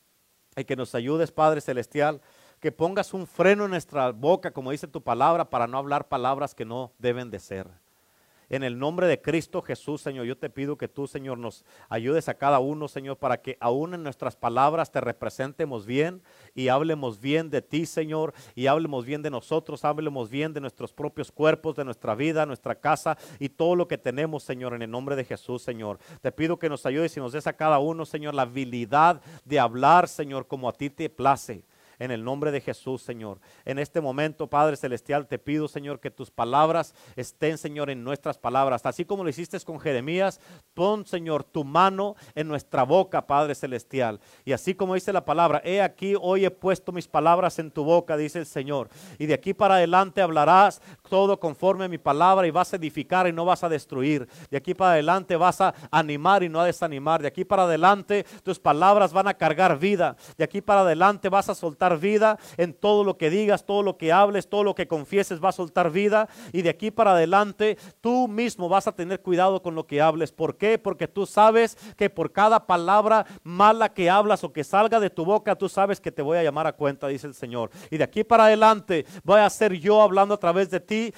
y que nos ayudes, Padre Celestial, que pongas un freno en nuestra boca, como dice tu palabra, para no hablar palabras que no deben de ser. En el nombre de Cristo Jesús, Señor, yo te pido que tú, Señor, nos ayudes a cada uno, Señor, para que aún en nuestras palabras te representemos bien y hablemos bien de ti, Señor, y hablemos bien de nosotros, hablemos bien de nuestros propios cuerpos, de nuestra vida, nuestra casa y todo lo que tenemos, Señor, en el nombre de Jesús, Señor. Te pido que nos ayudes y nos des a cada uno, Señor, la habilidad de hablar, Señor, como a ti te place. En el nombre de Jesús, Señor. En este momento, Padre Celestial, te pido, Señor, que tus palabras estén, Señor, en nuestras palabras. Así como lo hiciste con Jeremías, pon, Señor, tu mano en nuestra boca, Padre Celestial. Y así como dice la palabra, he aquí, hoy he puesto mis palabras en tu boca, dice el Señor. Y de aquí para adelante hablarás todo conforme a mi palabra y vas a edificar y no vas a destruir. De aquí para adelante vas a animar y no a desanimar. De aquí para adelante tus palabras van a cargar vida. De aquí para adelante vas a soltar vida en todo lo que digas, todo lo que hables, todo lo que confieses va a soltar vida, y de aquí para adelante tú mismo vas a tener cuidado con lo que hables. ¿Por qué? Porque tú sabes que por cada palabra mala que hablas o que salga de tu boca, tú sabes que te voy a llamar a cuenta, dice el Señor. Y de aquí para adelante voy a ser yo hablando a través de ti.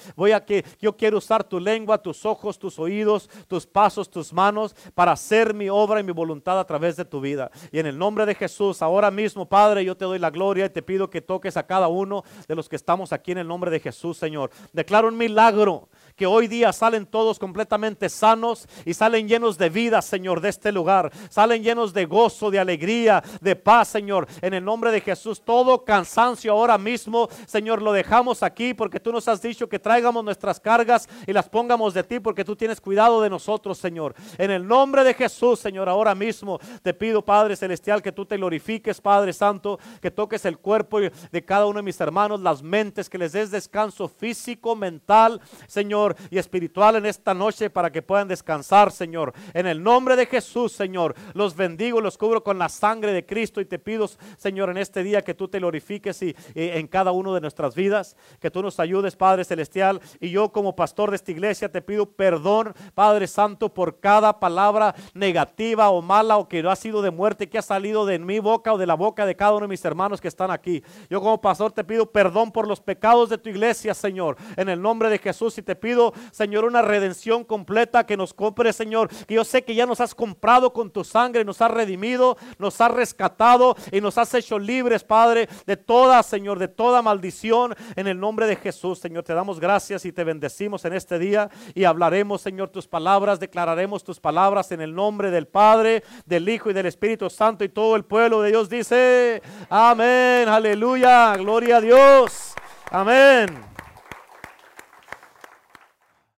Yo quiero usar tu lengua, tus ojos, tus oídos, tus pasos, tus manos para hacer mi obra y mi voluntad a través de tu vida. Y en el nombre de Jesús, ahora mismo, Padre, yo te doy la gloria y te pido que toques a cada uno de los que estamos aquí en el nombre de Jesús, Señor. Declaro un milagro, que hoy día salen todos completamente sanos y salen llenos de vida, Señor, de este lugar. Salen llenos de gozo, de alegría, de paz, Señor. En el nombre de Jesús, todo cansancio ahora mismo, Señor, lo dejamos aquí porque tú nos has dicho que traigamos nuestras cargas y las pongamos de ti porque tú tienes cuidado de nosotros, Señor. En el nombre de Jesús, Señor, ahora mismo te pido, Padre Celestial, que tú te glorifiques, Padre Santo, que toques el cuerpo de cada uno de mis hermanos, las mentes, que les des descanso físico, mental, Señor, y espiritual en esta noche para que puedan descansar, Señor. En el nombre de Jesús, Señor, los bendigo, los cubro con la sangre de Cristo y te pido, Señor, en este día que tú te glorifiques y en cada uno de nuestras vidas, que tú nos ayudes, Padre Celestial. Y yo como pastor de esta iglesia te pido perdón, Padre Santo, por cada palabra negativa o mala o que no ha sido de muerte, que ha salido de mi boca o de la boca de cada uno de mis hermanos que están aquí. Yo como pastor te pido perdón por los pecados de tu iglesia, Señor, en el nombre de Jesús, y te pido, Señor, una redención completa que nos compre, Señor, que yo sé que ya nos has comprado con tu sangre, nos has redimido, nos has rescatado y nos has hecho libres, Padre, de toda, Señor, de toda maldición, en el nombre de Jesús, Señor. Te damos gracias y te bendecimos en este día y hablaremos, Señor, tus palabras, declararemos tus palabras en el nombre del Padre, del Hijo y del Espíritu Santo, y todo el pueblo de Dios dice amén, aleluya, gloria a Dios, amén.